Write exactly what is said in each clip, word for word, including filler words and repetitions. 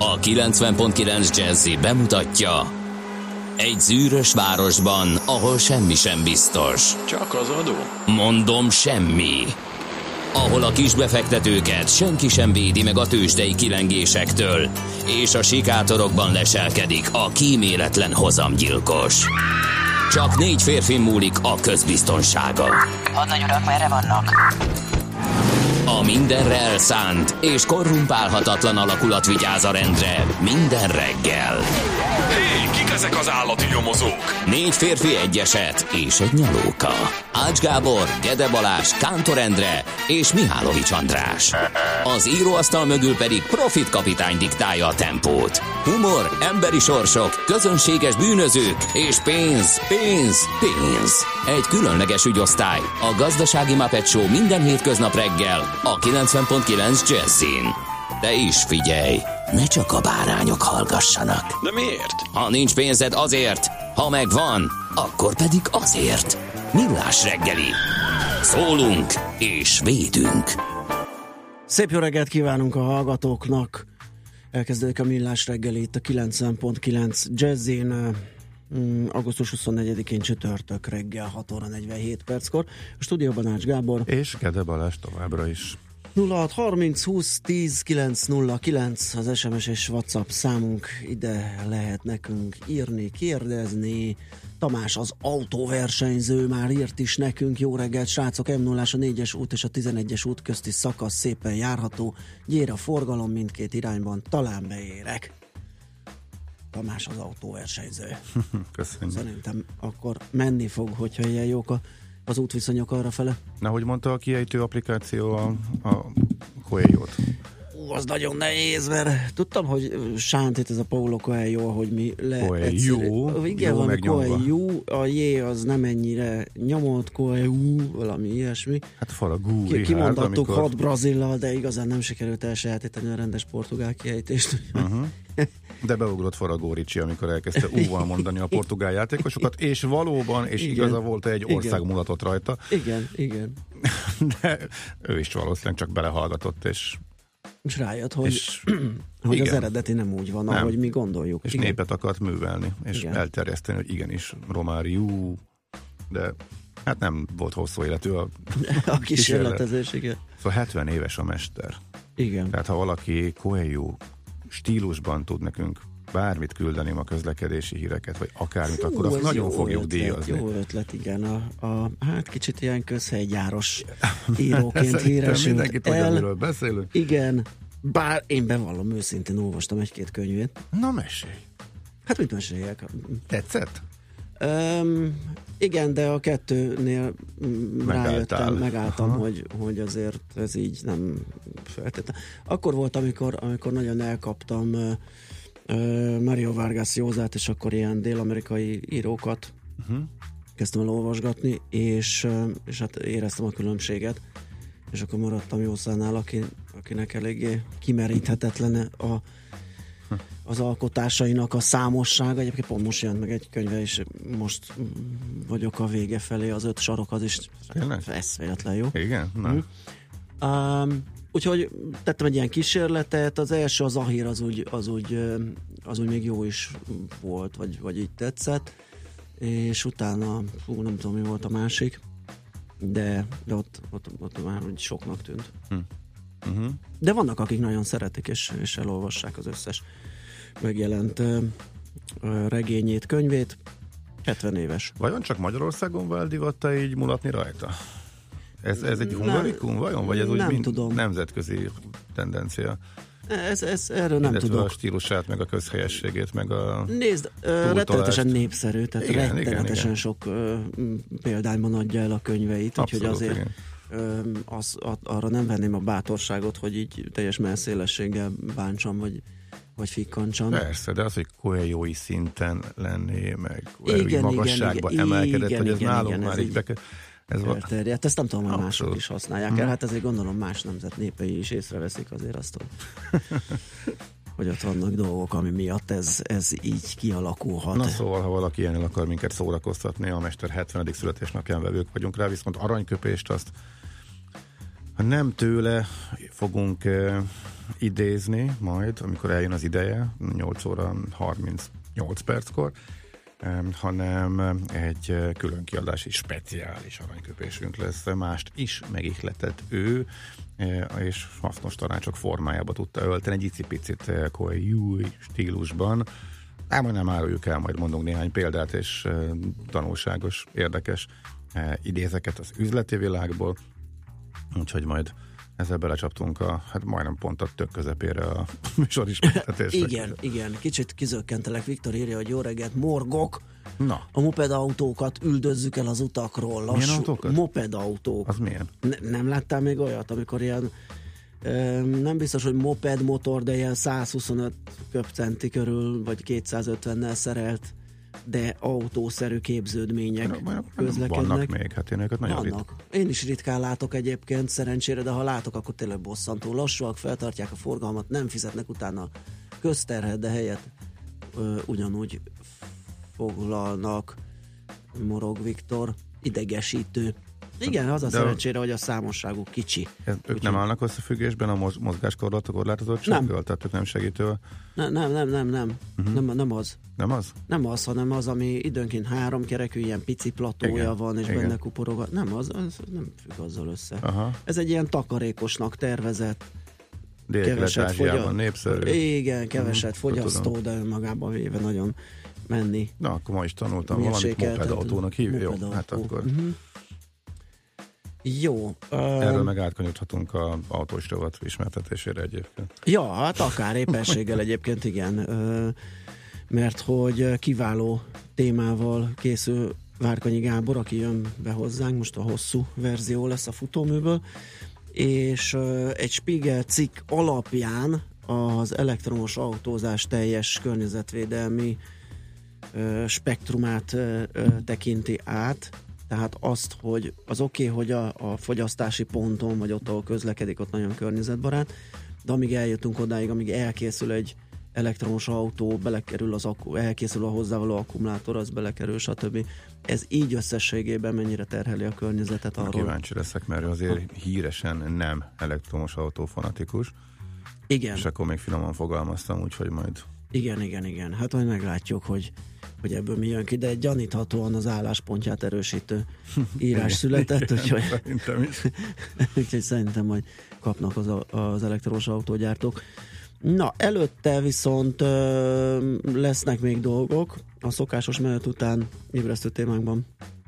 A kilencven pont kilenc Jazzy bemutatja: egy zűrös városban, ahol semmi sem biztos. Csak az adó? Mondom, semmi. Ahol a kisbefektetőket senki sem védi meg a tőzsdei kilengésektől, és a sikátorokban leselkedik a kíméletlen hozamgyilkos. Csak négy férfi múlik a közbiztonsága. Hadnagy urak, merre vannak? A mindenre elszánt és korrumpálhatatlan alakulat vigyáz a rendre minden reggel. Hé, kik ezek az állati nyomozók? Négy férfi, egy eset és egy nyalóka. Ács Gábor, Gede Balázs, Kántor Endre és Mihálovics András. Az íróasztal mögül pedig Profit kapitány diktálja a tempót. Humor, emberi sorsok, közönséges bűnözők és pénz, pénz, pénz. Egy különleges ügyosztály, a Gazdasági Muppet Show minden hétköznap reggel a kilencven pont kilenc Jazzin. De is figyelj, ne csak a bárányok hallgassanak. De miért? Ha nincs pénzed, azért, ha megvan, akkor pedig azért. Millás reggeli. Szólunk és védünk. Szép jó reggelt kívánunk a hallgatóknak. Elkezdődik a Millás reggeli itt a kilencven pont kilenc Jazzin. augusztus huszonnegyedikén csütörtök reggel hat óra negyvenhét perckor. A stúdióban Ács Gábor és Gede Balázs továbbra is. nulla hat harminc húsz tíz kilenc nulla kilenc az es em es és WhatsApp számunk, ide lehet nekünk írni, kérdezni. Tamás, az autóversenyző, már írt is nekünk: jó reggelt srácok, em nullás a négyes út és a tizenegyes út közti szakasz szépen járható, gyér a forgalom mindkét irányban, talán beérek. Tamás, az autóversenyző. Köszönjük. Szerintem akkor menni fog, hogyha ilyen jók a, az útviszonyok arra fele. Na, hogy mondta a kiejtő applikáció a, a Coelho-t? Ú, az nagyon nehéz, mert tudtam, hogy Sántit, ez a Paulo Coelho, hogy mi le... Coelho. Igen, van a Coelho, a J az nem ennyire nyomott, Coelho, valami ilyesmi. Hát Faragú, Ki, kimondottuk amikor... hat Brazillal, de igazán nem sikerült elsajátítani a rendes portugál kiejtést. Uh-huh. De beugrott Faragó Ricsi, amikor elkezdte úval mondani a portugál játékosokat, és valóban, és igen, igaza volt, egy ország igen, mulatott rajta. Igen, igen. De ő is valószínűleg csak belehallgatott, és és rájött, hogy, és hogy az eredeti nem úgy van, nem, ahogy mi gondoljuk. És igen, népet akart művelni, és igen, elterjeszteni, hogy igenis, Romáriú, de hát nem volt hosszú életű a, a kísérletezés, igen. Szóval hetven éves a mester. Igen. Tehát ha valaki Coelho stílusban tud nekünk bármit küldeni a közlekedési híreket, vagy akármit, Hú, akkor azt nagyon fogjuk ötlet, díjazni. Jó ötlet, igen. A, a, hát kicsit ilyen közhelygyáros íróként híresült mindenki tudja, miről beszélünk. Igen, bár én bevallom, őszintén olvastam egy-két könyvét. Na, mesélj. Hát mit meséljek? Tetszett? Um, igen, de a kettőnél rájöttem, megálltam, hogy, hogy azért ez így nem feltétlenül. Akkor volt, amikor, amikor nagyon elkaptam uh, uh, Mario Vargas Llosát, és akkor ilyen dél-amerikai írókat uh-huh. kezdtem el olvasgatni, és, uh, és hát éreztem a különbséget, és akkor maradtam Llosánál, aki, akinek eléggé kimeríthetetlen a az alkotásainak a számossága. Egyébként pont most jelent meg egy könyve, és most vagyok a vége felé, az öt sarok, az is eszméletlen jó. Igen? Na. Mm. Um, úgyhogy tettem egy ilyen kísérletet, az első, az Ahír, az úgy, az úgy, az úgy még jó is volt, vagy, vagy így tetszett, és utána, fú, nem tudom, mi volt a másik, de, de ott, ott, ott már úgy soknak tűnt. Hm. Uh-huh. De vannak, akik nagyon szeretik, és, és elolvassák az összes megjelent uh, uh, regényét, könyvét. hetven éves. Vajon csak Magyarországon vált divatta így mulatni rajta? Ez, ez egy hungarikum, vajon? Vagy ez úgy mind tudom. Nemzetközi tendencia? Ez, ez, erről nem illetve tudok. A stílusát, meg a közhelyességét, meg a Nézd, uh, rettenetesen népszerű, tehát igen, rettenetesen igen, sok uh, példányban adja el a könyveit, úgyhogy azért igen. Az, arra nem venném a bátorságot, hogy így teljes melszélességgel bántsam, vagy, vagy fikkancsam. Persze, de az, hogy Coelho-i szinten lenné, meg igen, magasságba igen, emelkedett, igen, hogy ez igen, nálunk igen, már ez így beke... Ez elterjedt. Ezt nem tudom, hogy mások is használják hmm. el. Hát ezért gondolom más nemzet népei is észreveszik azért azt, hogy, hogy ott vannak dolgok, ami miatt ez, ez így kialakulhat. Na szóval, ha valaki ilyenül akar minket szórakoztatni, a mester hetvenedik születésnapján vevők vagyunk rá, viszont aranyköpést azt ha nem tőle fogunk idézni majd, amikor eljön az ideje, nyolc óra harmincnyolc perckor, hanem egy külön kiadási speciális aranyköpésünk lesz. Mást is megihletett ő, és hasznos tanácsok formájába tudta ölteni egy icipicit kolyúj stílusban. Ám majd nem áruljuk el, majd mondunk néhány példát és tanulságos, érdekes idézeket az üzleti világból, úgyhogy majd ezzel belecsaptunk a, hát majdnem pont a tök közepére a műsor ismertetésre. Igen, igen, kicsit kizökkentelek. Viktor írja, hogy jó reggelt, morgok. Na. A mopedautókat üldözzük el az utakról. Lassú. Milyen autókat? Mopedautók. Az milyen? Ne, nem láttál még olyat, amikor ilyen ö, nem biztos, hogy moped motor, de ilyen száz huszonöt köbcenti körül, vagy kétszázötvennel szerelt, de autószerű képződmények közlekednek. Vannak még, hát én őket nagyon Vannak. Rit- én is ritkán látok egyébként, szerencsére, de ha látok, akkor tényleg bosszantó lassúak, feltartják a forgalmat, nem fizetnek utána közterhet, de helyett ö, ugyanúgy foglalnak. Morog Viktor, idegesítő. Igen, az a de szerencsére, hogy a számosságuk kicsi. Ők úgy nem állnak összefüggésben a mozgáskorlátok korlátozottsággal? Tehát ők nem segítő? Ne, nem, nem, nem, nem. Uh-huh. nem. Nem az. Nem az? Nem az, hanem az, ami időnként három kerekű, ilyen pici platója igen, van, és igen. benne kuporogat. Nem az, az nem függ azzal össze. Aha. Ez egy ilyen takarékosnak tervezett, keveset fogyasztó. Népszerű. Igen, keveset uh-huh. fogyasztó, de önmagában véve nagyon menni. Na, akkor ma is tanultam valamit, mopedautónak hívja. Jó, hát akkor... Uh-huh. Jó. Erről um, meg átkanyudhatunk az autós rovat ismertetésére egyébként. Ja, hát akár éppenséggel egyébként igen, mert hogy kiváló témával készül Várkonyi Gábor, aki jön be hozzánk, most a hosszú verzió lesz a futóműből, és egy Spiegel cikk alapján az elektromos autózás teljes környezetvédelmi spektrumát tekinti át. Tehát azt, hogy az oké, okay, hogy a, a fogyasztási ponton, vagy ott, ahol közlekedik, ott nagyon környezetbarát, de amíg eljutunk odáig, amíg elkészül egy elektromos autó, belekerül az akku, elkészül a hozzávaló akkumulátor, az belekerül, stb. Ez így összességében mennyire terheli a környezetet arról. Kíváncsi leszek, mert azért híresen nem elektromos autó fanatikus. Igen. És akkor még finoman fogalmaztam, úgyhogy majd... Igen, igen, igen. Hát majd meglátjuk, hogy hogy ebből mi jön ki, de gyaníthatóan az álláspontját erősítő írás született, úgyhogy szerintem is. úgyhogy szerintem majd kapnak az, az elektromos autógyártók. Na, előtte viszont ö, lesznek még dolgok, a szokásos menet után ébresztő témákban.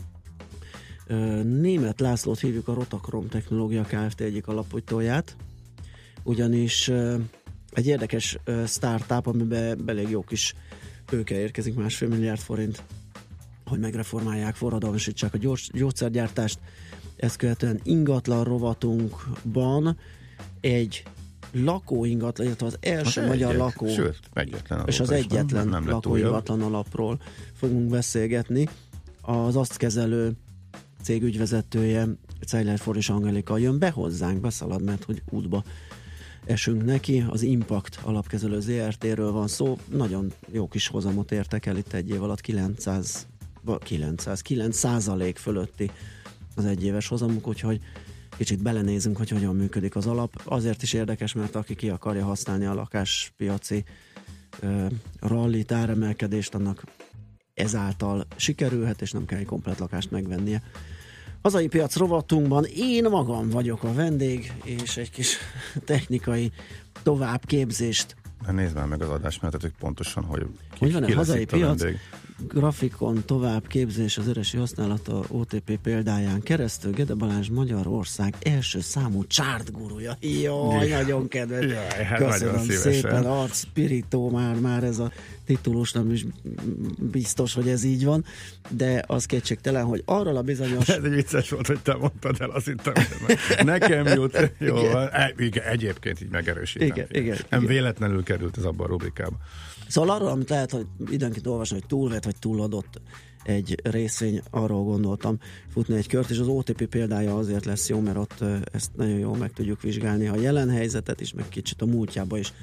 Ö, Németh Lászlót hívjuk, a Rotakrom Technológia Kft. Egyik alapítóját, ugyanis ö, egy érdekes ö, startup, amiben elég jó kis tőke érkezik, másfél milliárd forint, hogy megreformálják, forradalmasítsák a gyors, gyógyszergyártást. Ezt követően ingatlan rovatunkban egy lakóingatlan, illetve az első az magyar egyet, lakó sőt, egyetlen és az egyetlen nem, nem lakóingatlan alapról fogunk beszélgetni. Az azt kezelő cég ügyvezetője, Czeiler Forris Angelika jön be hozzánk, beszalad, mert hogy útba esünk neki. Az Impact alapkezelő zé er té-ről van szó, nagyon jó kis hozamot értek el itt egy év alatt, kilencszáz, kilencszáz, kilenc százalék fölötti az egyéves hozamuk, úgyhogy kicsit belenézünk, hogy hogyan működik az alap. Azért is érdekes, mert aki ki akarja használni a lakáspiaci uh, rallit, áremelkedést, annak ezáltal sikerülhet, és nem kell egy komplett lakást megvennie. Hazai piac rovatunkban én magam vagyok a vendég, és egy kis technikai továbbképzést. Nézd már meg az adást, mert hogy pontosan, hogy ki, hogy van ki a hazai piac, vendég. Grafikon továbbképzés az öresi használata o té pé példáján keresztül. Gede Balázs Magyarország első számú csártgurúja. Jaj, nagyon kedves. Jaj, hát köszönöm nagyon szépen. Art Spirito, már, már ez a titulus nem is biztos, hogy ez így van, de az kétségtelen, hogy arról a bizonyos... Ez egy vicces volt, hogy te mondtad el, azt hittem, nekem jut. Jó, igen. Igen, egyébként így megerősítem. Igen, igen, nem igen. Véletlenül került ez abban a rubrikába. Szóval arról, amit lehet, hogy időnként olvasni, hogy túlvett vagy túladott egy részvény, arról gondoltam futni egy kört, és az o té pé példája azért lesz jó, mert ott ezt nagyon jól meg tudjuk vizsgálni, a jelen helyzetet is, meg kicsit a múltjába is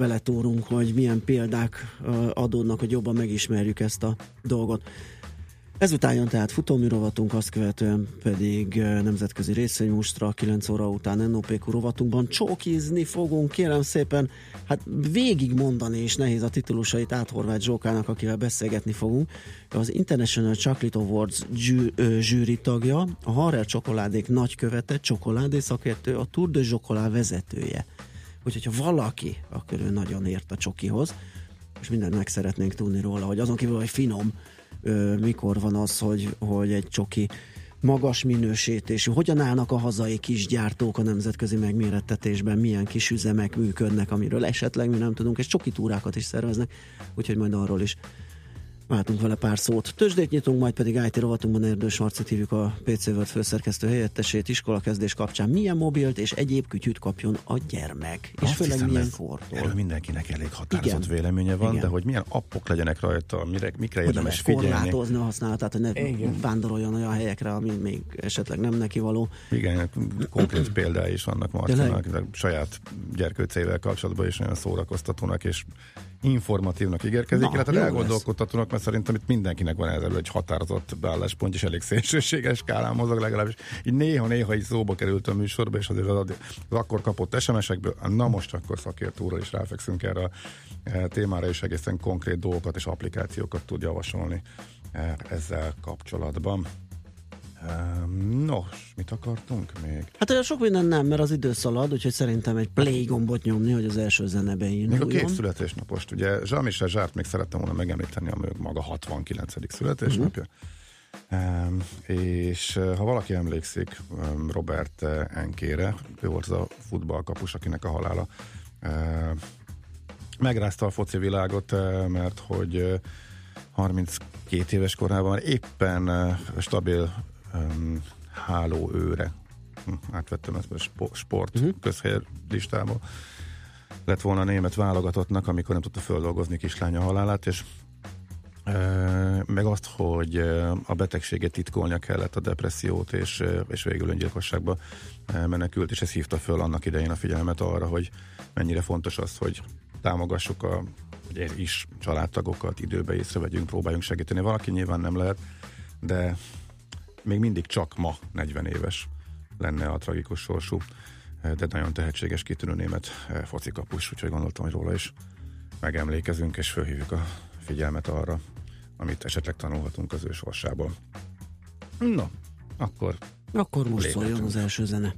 beletúrunk, hogy milyen példák adódnak, hogy jobban megismerjük ezt a dolgot. Ezután jön tehát futómű rovatunk, azt követően pedig nemzetközi részvénymustra, kilenc óra után en o pé kú rovatunkban csókizni fogunk, kérem szépen, hát végig mondani is nehéz a titulusait át Horváth Zsókának, akivel beszélgetni fogunk. Az International Chocolate Awards zsűri tagja, a Harer csokoládék nagykövete, csokoládé szakértő, a Tour de Chocolat vezetője. Úgyhogy ha valaki, akkor ő nagyon ért a csokihoz, és mindent meg szeretnénk tudni róla, hogy azon kívül, hogy finom, mikor van az, hogy, hogy egy csoki magas minősítésű, hogyan állnak a hazai kis gyártók a nemzetközi megmérettetésben, milyen kis üzemek működnek, amiről esetleg mi nem tudunk, és csoki túrákat is szerveznek, úgyhogy majd arról is váltunk vele pár szót. Tőzsdét nyitunk, majd pedig í té rovatunkban Erdős Marcit hívjuk, a pé cé World főszerkesztő helyettesét, iskolakezdés kapcsán milyen mobilt és egyéb kütyűt kapjon a gyermek. És azt főleg hiszem, milyen ez, kortól. Erről mindenkinek elég határozott Igen. véleménye van, Igen. de hogy milyen appok legyenek rajta, mire, mikre Hogyan érdemes lehet figyelni. korlátozni a használatát, hogy ne Igen. vándoroljon olyan helyekre, ami még esetleg nem neki való. Igen, konkrét példái is vannak Marcinak, de saját gyerkőcével kapcsolatban is nagyon szórakoztatónak és informatívnak ígérkezik, Na, illetve jó elgondolkodtatónak, mert szerintem itt mindenkinek van ezzel egy határozott beálláspont, és elég szélsőséges skálán mozog legalábbis. Így néha-néha így szóba került a műsorba, és azért az, az akkor kapott es em esekből, na most akkor szakértőről is ráfekszünk erre a témára, és egészen konkrét dolgokat és applikációkat tud javasolni ezzel kapcsolatban. Nos, mit akartunk még? Hát olyan sok minden nem, mert az idő szalad, úgyhogy szerintem egy play gombot nyomni, hogy az első zene beinduljon. Még a két születésnapost, ugye Jean-Michel Jarre még szerettem volna megemlíteni, a maga hatvankilencedik születésnapja. Uh-huh. Um, és uh, ha valaki emlékszik um, Robert uh, Enkére, ő volt az a futballkapus, akinek a halála uh, megrázta a foci világot, uh, mert hogy uh, harminckét éves korában éppen uh, stabil um, hálóőre átvettem ezt a sport uh-huh. közhely listából lett volna a német válogatottnak, amikor nem tudta földolgozni kislánya halálát, és e, meg azt, hogy a betegséget titkolnia kellett, a depressziót, és, és végül öngyilkosságba menekült, és ez hívta föl annak idején a figyelmet arra, hogy mennyire fontos az, hogy támogassuk a hogy is családtagokat, időbe észrevegyünk, próbáljunk segíteni. Valaki nyilván nem lehet, de még mindig csak ma negyven éves lenne a tragikus sorsú, de nagyon tehetséges, kitűnő német focikapus, úgyhogy gondoltam, hogy róla is megemlékezünk, és fölhívjuk a figyelmet arra, amit esetleg tanulhatunk az ő sorsából. No, akkor Akkor most szóljon az első zene.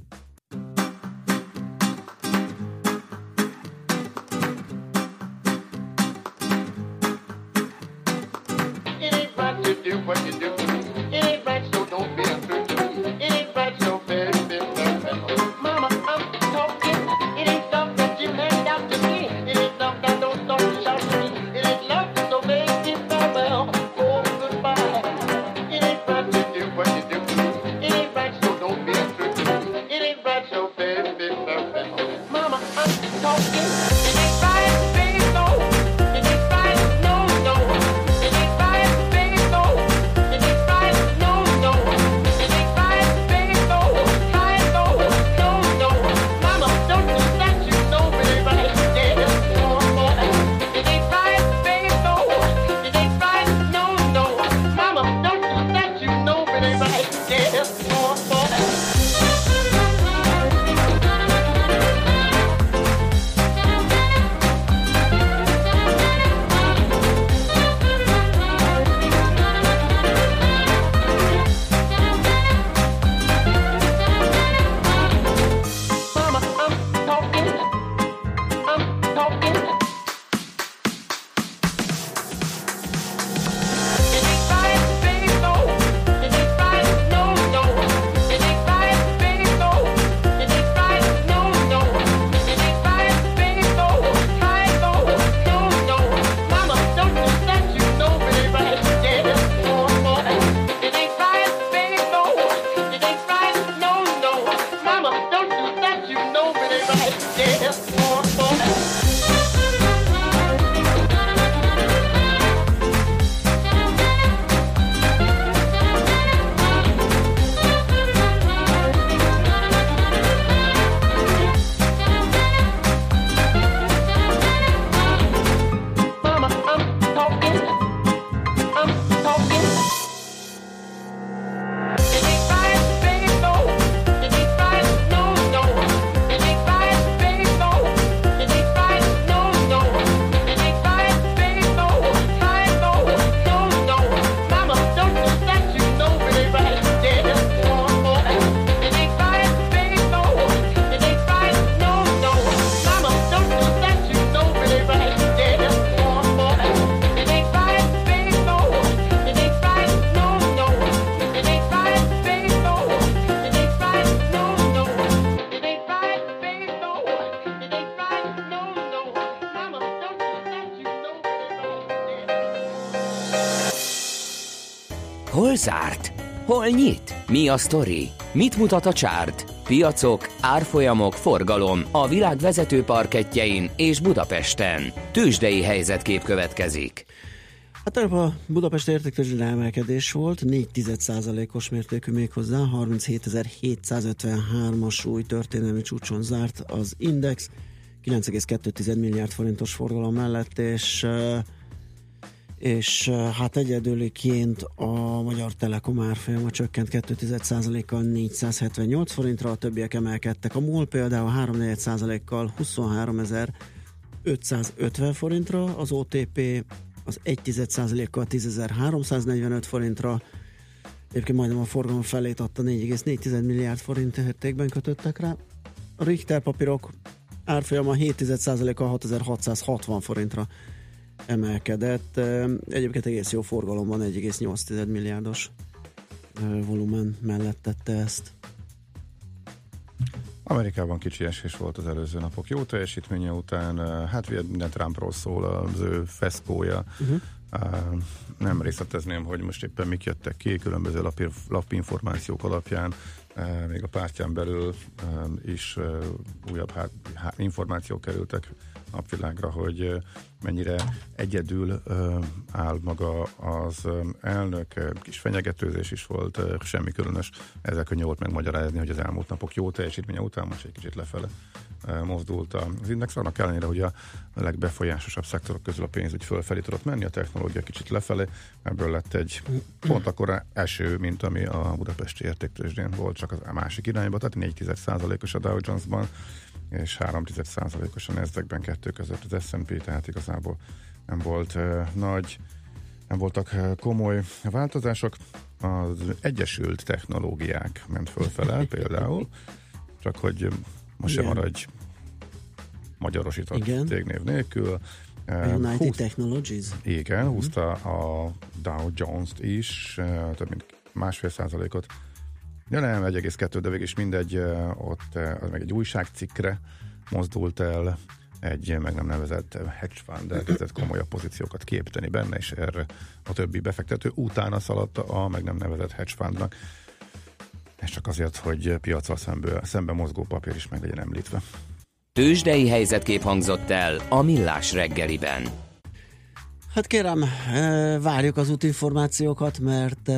hol zárt? Hol nyit? Mi a sztori? Mit mutat a csárt? Piacok, árfolyamok, forgalom a világ vezető parkettjein és Budapesten. Tőzsdei helyzetkép következik. Hát tegnap a Budapest értéktőzsdén emelkedés volt, négy egész egy százalékos mértékű méghozzá, harminchét.hétszázötvenhárom-as új történelmi csúcson zárt az Index, kilenc egész kettő milliárd forintos forgalom mellett, és, és hát egyedüliként a Magyar Telekom árfolyama csökkent kettő egész egy százalékkal négyszázhetvennyolc forintra, a többiek emelkedtek. A MOL például három egész négy százalékkal huszonháromezer-ötszázötven forintra, az o té pé az egy egész egy százalékkal tízezer-háromszáznegyvenöt forintra, egyébként majdnem a forgalom felét adta, négy egész négy milliárd forint értékben kötöttek rá. A Richter papírok árfolyama hét egész egy százalékkal hatezer-hatszázhatvan forintra emelkedett. Egyébként egész jó forgalomban, egy egész nyolc milliárdos volumen mellett tette ezt. Amerikában kicsi esés volt az előző napok jó teljesítménye után, hát minden Trumpról szól az ő feszkója. Uh-huh. Nem részletezném, hogy most éppen mik jöttek ki, különböző lap, lapinformációk alapján, még a pártján belül is újabb hát, hát, információk kerültek napvilágra, hogy mennyire egyedül áll maga az elnök, kis fenyegetőzés is volt, semmi különös, ezzel könnyű volt megmagyarázni, hogy az elmúlt napok jó teljesítménye után most egy kicsit lefele mozdult az Index, annak ellenére, hogy a legbefolyásosabb szektorok közül a pénzügy fölfelé tudott menni, a technológia kicsit lefelé, ebből lett egy pont akkora eső, mint ami a budapesti értéktőzsdén volt, csak a másik irányba, tehát négy egész egy százalékos a Dow Jonesban, és három egész egy százalékosan ezekben kettő között az es and pé, tehát igazából nem volt uh, nagy, nem voltak uh, komoly változások. Az Egyesült Technológiák ment fölfele például, csak hogy most sem maradj magyarosított cégnév nélkül. Uh, United húz, Technologies. Igen, uh-huh. húzta a Dow Jones-t is, uh, több mint másfél százalékot. Ja nem, egy egész kettő, de végig is mindegy, ott az meg egy újságcikkre mozdult el, egy meg nem nevezett hedge fund elkezdett komolyabb pozíciókat képíteni benne, és erre a többi befektető utána szaladt a meg nem nevezett hedge fundnak. Ez csak azért, hogy piaccal szembe, szembe mozgó papír is meg legyen említve. Tőzsdei helyzetkép hangzott el a Millás reggeliben. Hát kérem, várjuk az útinformációkat, mert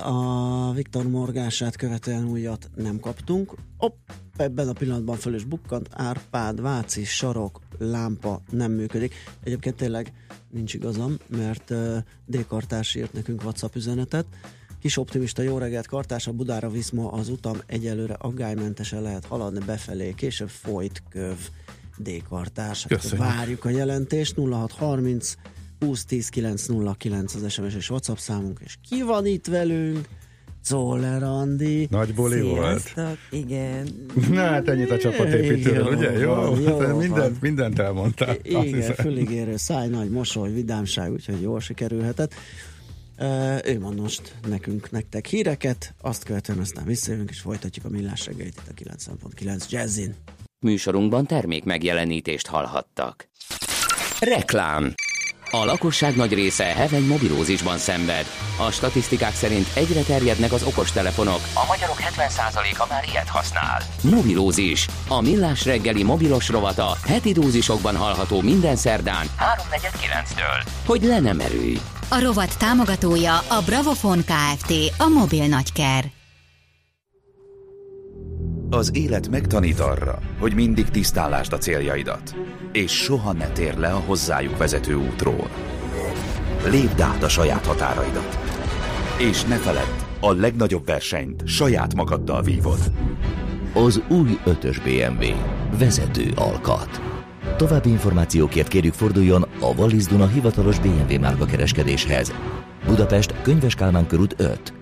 a Viktor morgását követően újat nem kaptunk. Hopp, ebben a pillanatban föl is bukkant, Árpád, Váci, sarok, lámpa nem működik. Egyébként tényleg nincs igazam, mert D-kartás írt nekünk WhatsApp üzenetet. Kis optimista, jó reggelt, Kartás, a Budára visz ma az utam, egyelőre aggálymentesen lehet haladni befelé, később folyt köv. D-kartás. Várjuk a jelentést, nulla hat harminc húsz tíz kilenc nulla kilenc az es em es és WhatsApp számunk, és ki van itt velünk? Czoller Andi. Nagy buli volt. Igen. Na hát ennyit a csapatépítőről, ugye? Jó, van, jó mindent, mindent elmondtál. Igen, füligérő száj, nagy mosoly, vidámság, úgyhogy jól sikerülhetett. Uh, ő mond most nekünk, nektek híreket, azt követően aztán visszajövünk, és folytatjuk a Millás reggelit itt a kilencven pont kilenc Jazzin. Műsorunkban termék megjelenítést hallhattak. Reklám. A lakosság nagy része heveny mobilózisban szenved. A statisztikák szerint egyre terjednek az okostelefonok. A magyarok hetven százaléka már ilyet használ. Mobilózis. A Millás reggeli mobilos rovata heti dózisokban hallható minden szerdán háromnegyed kilenctől. Hogy le nem erőj. A rovat támogatója a Bravofon Kft. A mobil nagyker. Az élet megtanít arra, hogy mindig tisztán a céljaidat, és soha ne térj le a hozzájuk vezető útról. Lépd át a saját határaidat. És ne feledd, a legnagyobb versenyt saját magaddal vívod. Az új ötös bé em vé. Vezető alkat. További információkért kérjük forduljon a Wallis Duna hivatalos bé em vé márka kereskedéshez. Budapest, Könyves Kálmán körút öt.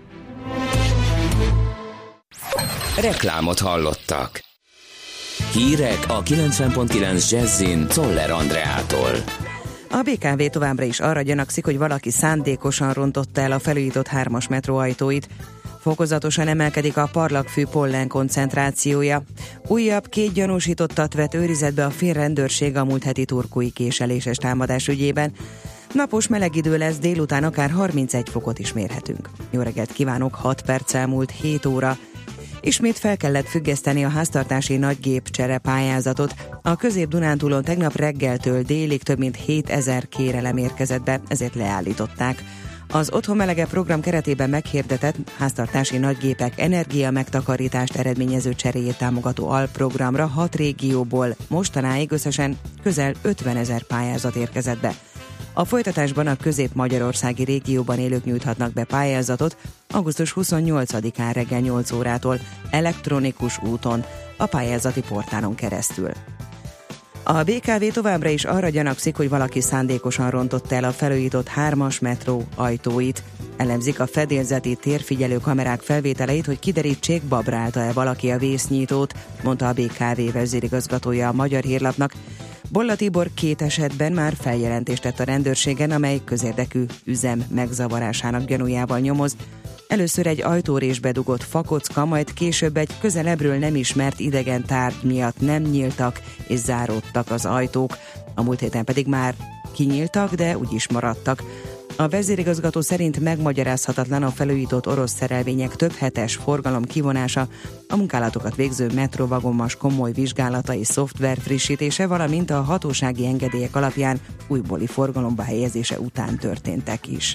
Reklámot hallottak. Hírek a kilencven pont kilenc Jazzin Czoller Andreától. A bé ká vé továbbra is arra gyanakszik, hogy valaki szándékosan rontotta el a felújított hármas metró ajtóit. Fokozatosan emelkedik a parlagfű pollen koncentrációja. Újabb két gyanúsítottat vett őrizetbe a finn rendőrség a múlt heti turkui késeléses támadás ügyében. Napos meleg idő lesz, délután akár harmincegy fokot is mérhetünk. Jó reggelt kívánok, hat perc elmúlt hét óra. Ismét fel kellett függeszteni a háztartási nagygépcsere pályázatot. A Közép-Dunántúlon tegnap reggeltől délig több mint hétezer kérelem érkezett be, ezért leállították. Az Otthon Melege program keretében meghirdetett háztartási nagygépek energia megtakarítást eredményező cseréjét támogató alprogramra hat régióból mostanáig összesen közel ötvenezer pályázat érkezett be. A folytatásban a közép-magyarországi régióban élők nyújthatnak be pályázatot augusztus huszonnyolcadikán reggel nyolc órától elektronikus úton, a pályázati portálon keresztül. A bé ká vé továbbra is arra gyanakszik, hogy valaki szándékosan rontott el a felújított hármas metró ajtóit. Elemzik a fedélzeti térfigyelő kamerák felvételeit, hogy kiderítsék, babrálta-e valaki a vésznyítót, mondta a bé ká vé vezérigazgatója a Magyar Hírlapnak. Bolla Tibor két esetben már feljelentést tett a rendőrségen, amely közérdekű üzem megzavarásának gyanújával nyomoz. Először egy ajtórésbe dugott fakocka, majd később egy közelebbről nem ismert idegen tárgy miatt nem nyíltak és záródtak az ajtók. A múlt héten pedig már kinyíltak, de úgy is maradtak. A vezérigazgató szerint megmagyarázhatatlan a felújított orosz szerelvények több hetes forgalom kivonása, a munkálatokat végző metróvagonmas komoly vizsgálata és szoftver frissítése, valamint a hatósági engedélyek alapján újbóli forgalomba helyezése után történtek is.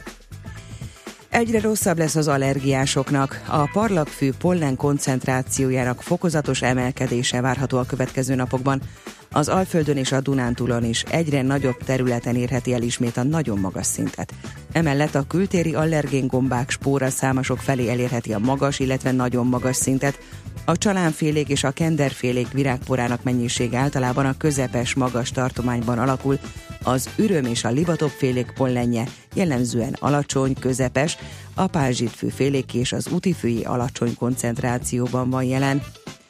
Egyre rosszabb lesz az allergiásoknak. A parlagfű pollen koncentrációjának fokozatos emelkedése várható a következő napokban. Az Alföldön és a Dunántúlon is egyre nagyobb területen érheti el ismét a nagyon magas szintet. Emellett a kültéri allergéngombák spóra számasok felé elérheti a magas, illetve nagyon magas szintet. A csalánfélék és a kenderfélék virágporának mennyisége általában a közepes magas tartományban alakul, az üröm és a livatopfélék pollenje jellemzően alacsony, közepes, a pázsitfűfélék és az útifűi alacsony koncentrációban van jelen.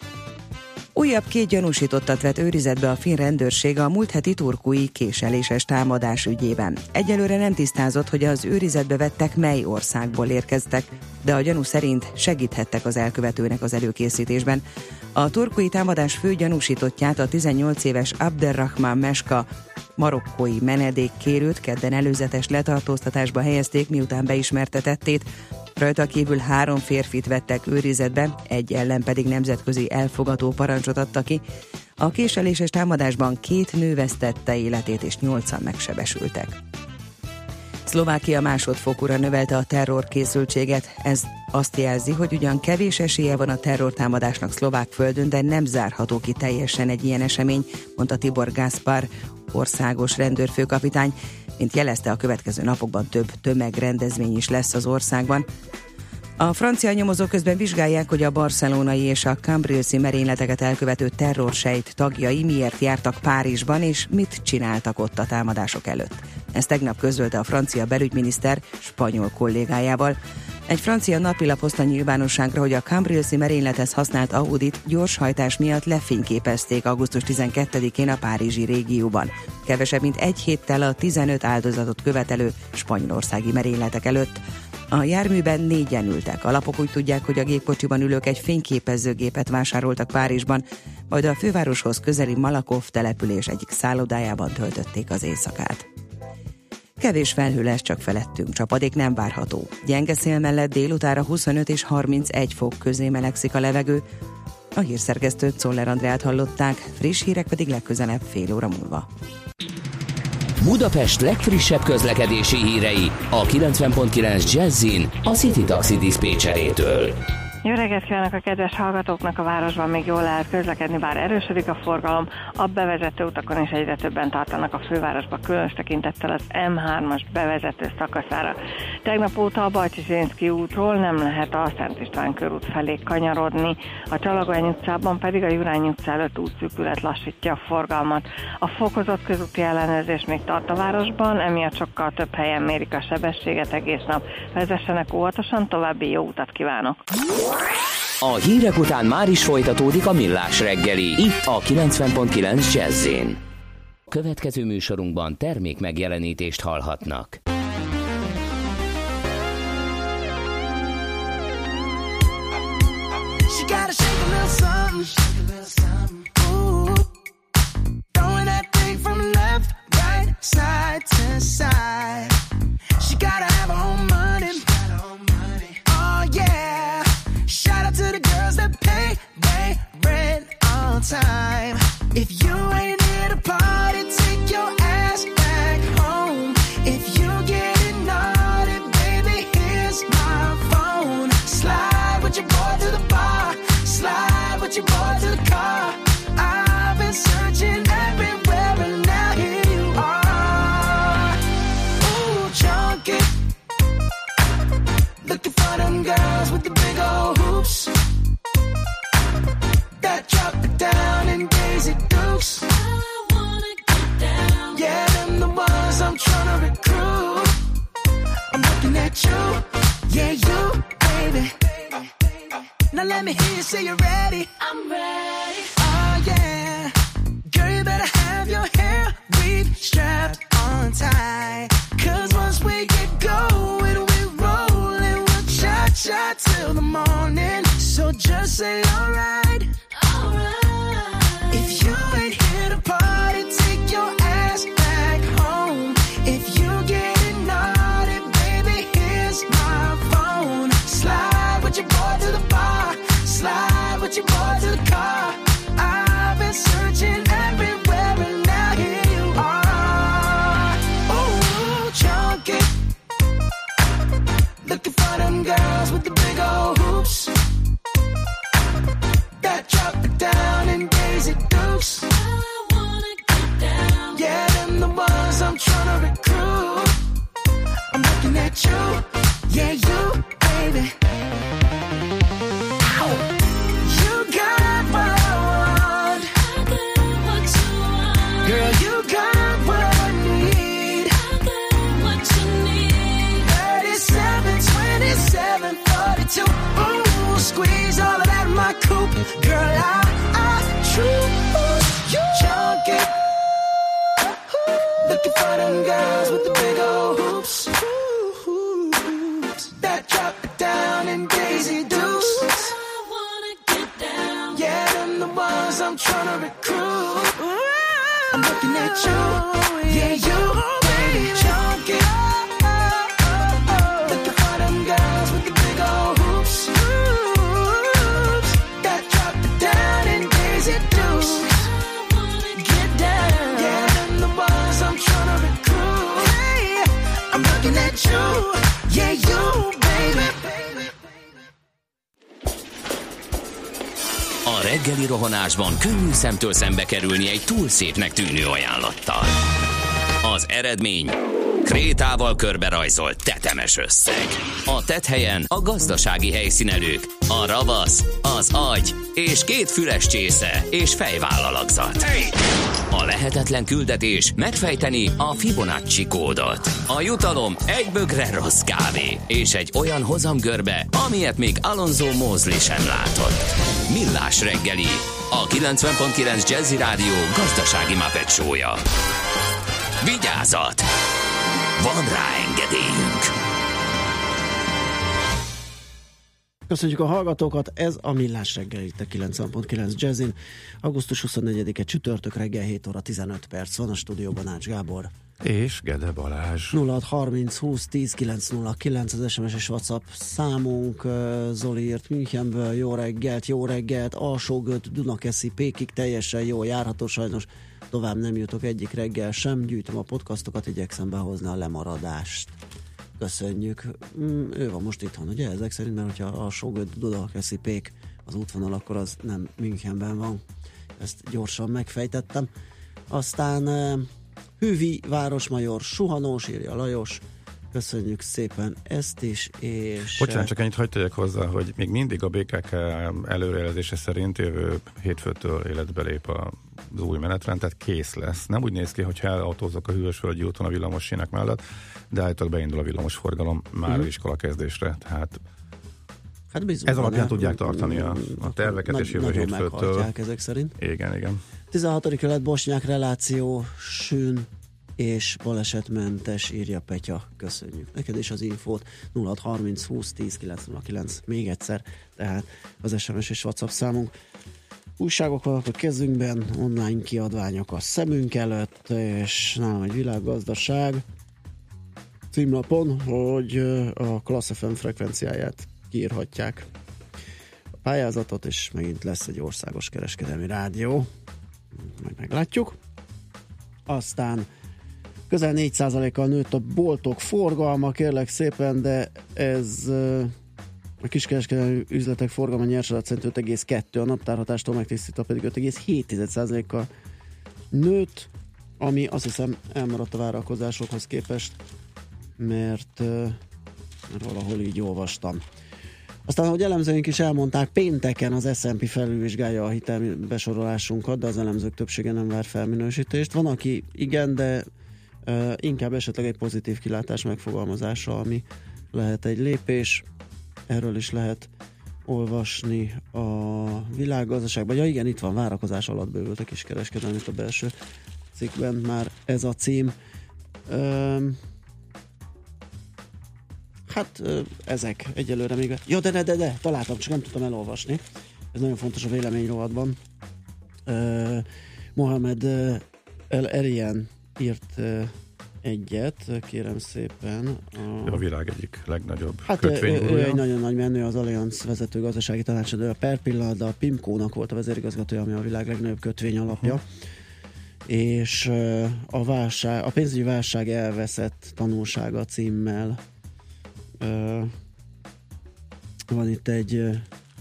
Újabb két gyanúsítottat vett őrizetbe a finn rendőrség a múlt heti turkui késeléses támadás ügyében. Egyelőre nem tisztázott, hogy az őrizetbe vettek mely országból érkeztek, de a gyanú szerint segíthettek az elkövetőnek az előkészítésben. A turkui támadás fő gyanúsítottját, a tizennyolc éves Abderrahman Meska marokkói menedékkérőt kedden előzetes letartóztatásba helyezték, miután beismerte tettét. Rajta kívül három férfit vettek őrizetbe, egy ellen pedig nemzetközi elfogató parancsot adta ki. A késeléses támadásban két nő vesztette életét és nyolcan megsebesültek. Szlovákia másodfokúra növelte a terrorkészültséget. Ez azt jelzi, hogy ugyan kevés esélye van a terrortámadásnak szlovák földön, de nem zárható ki teljesen egy ilyen esemény, mondta Tibor Gaspar, országos rendőrfőkapitány. Mint jelezte, a következő napokban több tömegrendezvény is lesz az országban. A francia nyomozók közben vizsgálják, hogy a barcelonai és a Cambrils-i merényleteket elkövető terrorsejt tagjai miért jártak Párizsban, és mit csináltak ott a támadások előtt. Ezt tegnap közölte a francia belügyminiszter spanyol kollégájával. Egy francia napilap hozta nyilvánosságra, hogy a Cambrils-i merénylethez használt Audit gyorshajtás miatt lefényképezték augusztus tizenkettedikén a párizsi régióban. Kevesebb mint egy héttel a tizenöt áldozatot követelő spanyolországi merényletek előtt. A járműben négyen ültek. A lapok úgy tudják, hogy a gépkocsiban ülők egy fényképezőgépet vásároltak Párizsban, majd a fővároshoz közeli Malakoff település egyik szállodájában töltötték az éjszakát. Kevés felhő lesz csak felettünk, csapadék nem várható. Gyenge szél mellett délutára huszonöt és harmincegy fok közé melegszik a levegő. A hírszerkesztőt, Czoller Andreát hallották, friss hírek pedig legközelebb fél óra múlva. Budapest legfrissebb közlekedési hírei a kilencven pont kilenc Jazzin a City Taxi diszpécserétől. Jó reggelt kívánok a kedves hallgatóknak! A városban még jól lehet közlekedni, bár erősödik a forgalom. A bevezető utakon is egyre többen tartanak a fővárosba, különös tekintettel az em hármas bevezető szakaszára. Tegnap óta a Bajcsy útról nem lehet a Szent István körút felé kanyarodni, a Csalagorány utcában pedig a Jurány utca előtt útszűkület lassítja a forgalmat. A fokozott közúti ellenőrzés még tart a városban, emiatt sokkal több helyen mérik a sebességet egész nap. Vezessenek óvatosan, további jó utat kívánok! A hírek után már is folytatódik a Millás reggeli, itt a kilencven pont kilenc Jazz-én. Következő műsorunkban termék megjelenítést hallhatnak. She gotta shake a little something, shake a little something. Ooh, throwing that thing from left, right, side to side. at you, yeah you, baby. Now let me hear you say you're ready. I'm ready. Oh yeah. Girl, you better have your hair weave strapped on tight. Cause once we get going, we rollin', we'll cha-cha till the morning. So just say alright. Alright. If you ain't here to party, take your ass back home. If you getting naughty, baby, here's my phone. Slide with your boy to the bar. Slide with your boy to the car. I've been searching everywhere and now here you are. Ooh, chunky. Looking for them girls with the big old hoops that drop it down in Daisy Dukes. I wanna get down. Yeah, them the ones I'm trying to recruit. I'm looking at you, yeah you, baby. Ow. You got what I want. I got what you want. Girl, you got what I need. I got what you need. thirty-seven, twenty-seven, forty-two. Ooh, squeeze all of that in my coupe. Girl, I, I choose you. Chunky. Looking for them girls with the big old hoops that drop it down in Daisy Dukes. I wanna get down. Yeah, them the ones I'm trying to recruit. I'm looking at you, yeah you, baby, chunky. Looking for them girls with the big old hoops that drop it down in Daisy Dukes. I wanna get down. Yeah, them the ones I'm trying to recruit. Hey, I'm looking at you, yeah you, baby. A reggeli rohanásban könnyű szemtől szembe kerülni egy túl szépnek tűnő ajánlattal. Az eredmény krétával körberajzolt tetemes összeg. A tetthelyen a gazdasági helyszínelők, a ravasz, az agy és két füles csésze és fejvállalakzat. A lehetetlen küldetés megfejteni a Fibonacci kódot. A jutalom egy bögre rossz kávé és egy olyan hozamgörbe, amilyet még Alonso Mosley sem látott. Millás reggeli, a kilencven pont kilenc Jazzy Rádió gazdasági Muppet show-ja. Vigyázat! Van rá engedélyünk! Köszönjük a hallgatókat, ez a Millás reggel itt a kilencven pont kilenc Jazzin. augusztus huszonnegyedike csütörtök reggel hét óra tizenöt perc van, a stúdióban Ács Gábor. És Gede Balázs. nulla hat harminc húsz tíz kilenc nulla kilenc az es em es és WhatsApp számunk. Zoli írt Münchenből, jó reggelt, jó reggelt, Alsógöt, Dunakeszi, Pékig teljesen jó, járható, sajnos tovább nem jutok egyik reggel sem, gyűjtöm a podcastokat, igyekszem behozni a lemaradást. Köszönjük. Mm, ő van most itthon, ugye? Ezek szerint, mert hogyha a Alsógöt, Dunakeszi, Pék az útvonal, akkor az nem Münchenben van. Ezt gyorsan megfejtettem. Aztán Hűvi, Városmajor, Suhanós, írja Lajos. Köszönjük szépen ezt is, és... Bocsánat, csak ennyit hagyd tegyek hozzá, hogy még mindig a bé ká ká előrejelzése szerint jövő hétfőtől életbe lép az új menetrend, tehát kész lesz. Nem úgy néz ki, hogyha elautózok a Hűvösvölgyi úton a villamossínek mellett, de állítólag beindul a villamosforgalom már uh-huh. iskola kezdésre, tehát hát bizony, ez alapján tudják tartani a, a terveket, nagy, és jövő hétfőtől. Ezek szerint. Igen, igen. tizenhatodik kerület Bosnyák reláció, sűn és balesetmentes, írja Petya. Köszönjük neked is az infót. nulla hat harminc húsz tíz kilenc nulla kilenc még egyszer, tehát az es em es és WhatsApp számunk. Újságok vannak a kezünkben, online kiadványok a szemünk előtt, és nálam egy világgazdaság címlapon, hogy a Class ef em frekvenciáját kiírhatják a pályázatot, és megint lesz egy országos kereskedelmi rádió. Majd meglátjuk. Aztán közel négy százalékkal nőtt a boltok forgalma, kérlek szépen, de ez a kiskereskedelmi üzletek forgalma nyersadat szerint öt egész kettő, a naptárhatástól megtisztítva pedig öt egész hét százalékkal nőtt, ami azt hiszem elmaradt a várakozásokhoz képest, mert, mert valahol így olvastam. Aztán, ahogy elemzőink is elmondták, pénteken az es and pé felülvizsgálja a hitelbesorolásunkat, de az elemzők többsége nem vár felminősítést. Van, aki igen, de uh, inkább esetleg egy pozitív kilátás megfogalmazása, ami lehet egy lépés, erről is lehet olvasni a világgazdaságban. Ja igen, itt van, várakozás alatt bővült a kiskereskedelem, itt a belső cikkben már ez a cím. Öm, hát ö, ezek egyelőre még... Ja, de, de, de, de, találtam, csak nem tudtam elolvasni. Ez nagyon fontos a vélemény rovatban. Ö, Mohamed El Erian írt ö, egyet, kérem szépen. A, a világ egyik legnagyobb hát kötvénygurúja. Ő egy nagyon nagy menő, az Allianz vezető gazdasági tanácsadója per pillanat, de a Pimco-nak volt a vezérigazgatója, ami a világ legnagyobb kötvény alapja. Uh-huh. És a, válság, a pénzügyi válság elveszett tanulsága címmel uh, van itt egy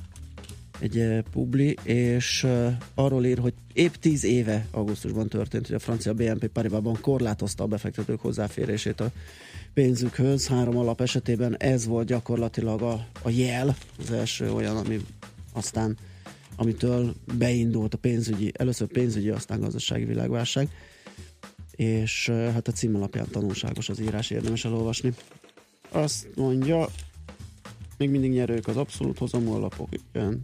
egy publi, és uh, arról ír, hogy épp tíz éve augusztusban történt, hogy a francia bé en pé Paribasban korlátozta a befektetők hozzáférését a pénzükhöz. Három alap esetében ez volt gyakorlatilag a, a jel, az első olyan, ami aztán amitől beindult a pénzügyi, először pénzügyi, aztán gazdasági világválság, és uh, hát a cím alapján tanulságos az írás, érdemes elolvasni. Azt mondja, még mindig nyerők az abszolút hozamú alapok, igen.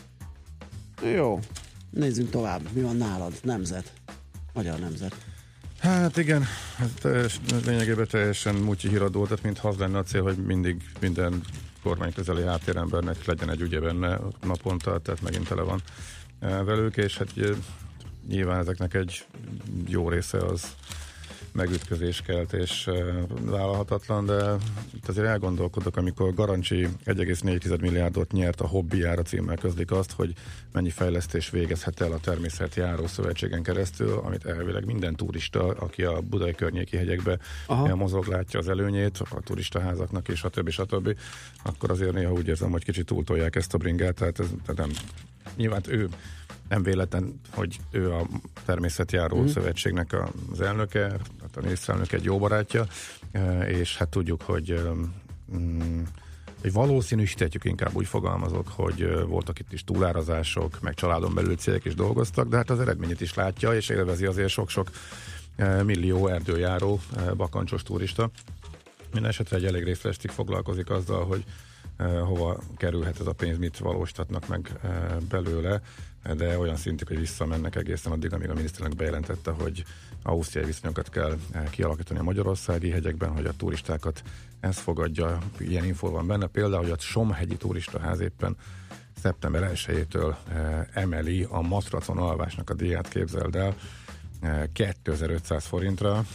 Jó, nézzünk tovább. Mi van nálad? Nemzet. Magyar Nemzet. Hát igen, ez teljes, lényegében teljesen múltyi híradó, tehát mintha az lenne a cél, hogy mindig minden kormány közeli háttérembernek legyen egy ügye benne naponta, tehát megint tele van velük, és hát ugye, nyilván ezeknek egy jó része az megütközés kelt és vállalhatatlan, de itt azért elgondolkodok, amikor Garancsi egy egész négy milliárdot nyert a Hobbijára címmel közlik azt, hogy mennyi fejlesztés végezhet el a Természetjáró Szövetségen keresztül, amit elvileg minden turista, aki a budai környéki hegyekbe Aha. mozog, látja az előnyét, a turistaházaknak és a többi, stb. Akkor azért néha úgy érzem, hogy kicsit túltolják ezt a bringát, tehát, ez, tehát nem, nyilván ő nem véletlen, hogy ő a Természetjáró mm. Szövetségnek az elnöke, tehát a miniszterelnök egy jó barátja, és hát tudjuk, hogy, hogy valószínűsítetjük, inkább úgy fogalmazok, hogy voltak itt is túlárazások, meg családon belül cégek is dolgoztak, de hát az eredményét is látja, és élvezi azért sok-sok millió erdőjáró bakancsos turista. Minden esetre egy elég részletig foglalkozik azzal, hogy hova kerülhet ez a pénz, mit valósítatnak meg belőle, de olyan szintű, hogy visszamennek egészen addig, amíg a miniszterelnök bejelentette, hogy ausztriai viszonyokat kell kialakítani a magyarországi hegyekben, hogy a turistákat ez fogadja. Ilyen info van benne, például, hogy a Somhegyi Turistaház éppen szeptember elsejétől emeli a matracon alvásnak a díját, képzeld el, kétezer-ötszáz forintra,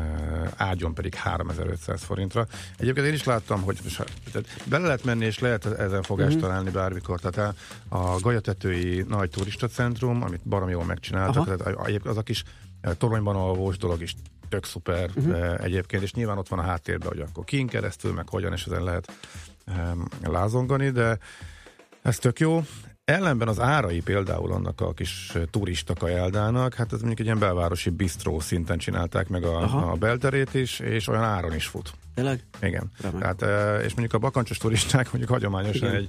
ágyon pedig háromezer-ötszáz forintra. Egyébként én is láttam, hogy bele lehet menni, és lehet ezen fogást uh-huh. találni bármikor. Tehát a Galyatetői nagy turistacentrum, amit baromi jól megcsináltak, tehát az a kis toronyban alvós dolog is tök szuper uh-huh. egyébként, és nyilván ott van a háttérben, hogy akkor kin keresztül, meg hogyan, és ezen lehet um, lázongani, de ez tök jó. Ellenben az árai például annak a kis turista kajeldának, hát ez mondjuk egy ilyen belvárosi bistró szinten csinálták meg a, a belterét is, és olyan áron is fut. Tényleg? Igen. Tehát, és mondjuk a bakancsos turisták mondjuk hagyományosan Igen. egy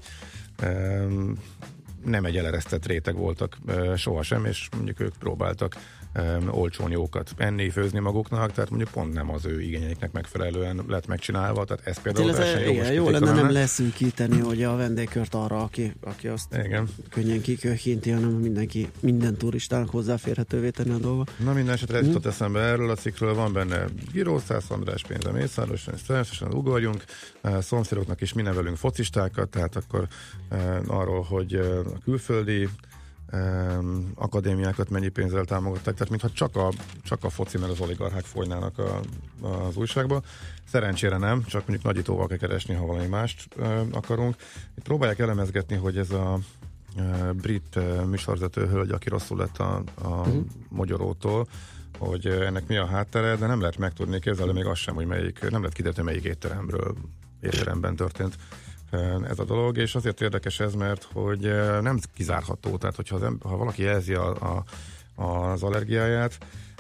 um, nem egy eleresztett réteg voltak uh, sohasem, és mondjuk ők próbáltak um, olcsón jókat enni, főzni maguknak, tehát mondjuk pont nem az ő igényeiknek megfelelően lett megcsinálva, tehát ez például hát ez jó, igen, jó lenne nem leszűkíteni, hogy a vendégkört arra, aki, aki azt igen. könnyen kiköhinti, hanem mindenki, minden turistának hozzáférhetővé tenni a dolgot. Na minden esetre ez jutott eszembe erről a cikkről, van benne Girószász András pénze Mészárosan, és természetesen ugorjunk, szomszédoknak is mi nevelünk focistákat, tehát akkor arról, hogy a külföldi um, akadémiákat mennyi pénzzel támogatták, tehát mintha csak a, csak a foci, mert az oligarchák folynának a, az újságba. Szerencsére nem, csak mondjuk nagyítóval kell keresni, ha valami mást uh, akarunk. Itt próbálják elemezgetni, hogy ez a uh, brit uh, műsorvezető hölgy, aki rosszul lett a, a uh-huh. mogyorótól, hogy uh, ennek mi a háttere, de nem lehet megtudni, képzelni még azt sem, hogy melyik, nem lehet kiderülni, melyik étteremről, étteremben történt ez a dolog, és azért érdekes ez, mert hogy nem kizárható, tehát hogyha az ember, ha valaki jelzi a, a, az allergiáját,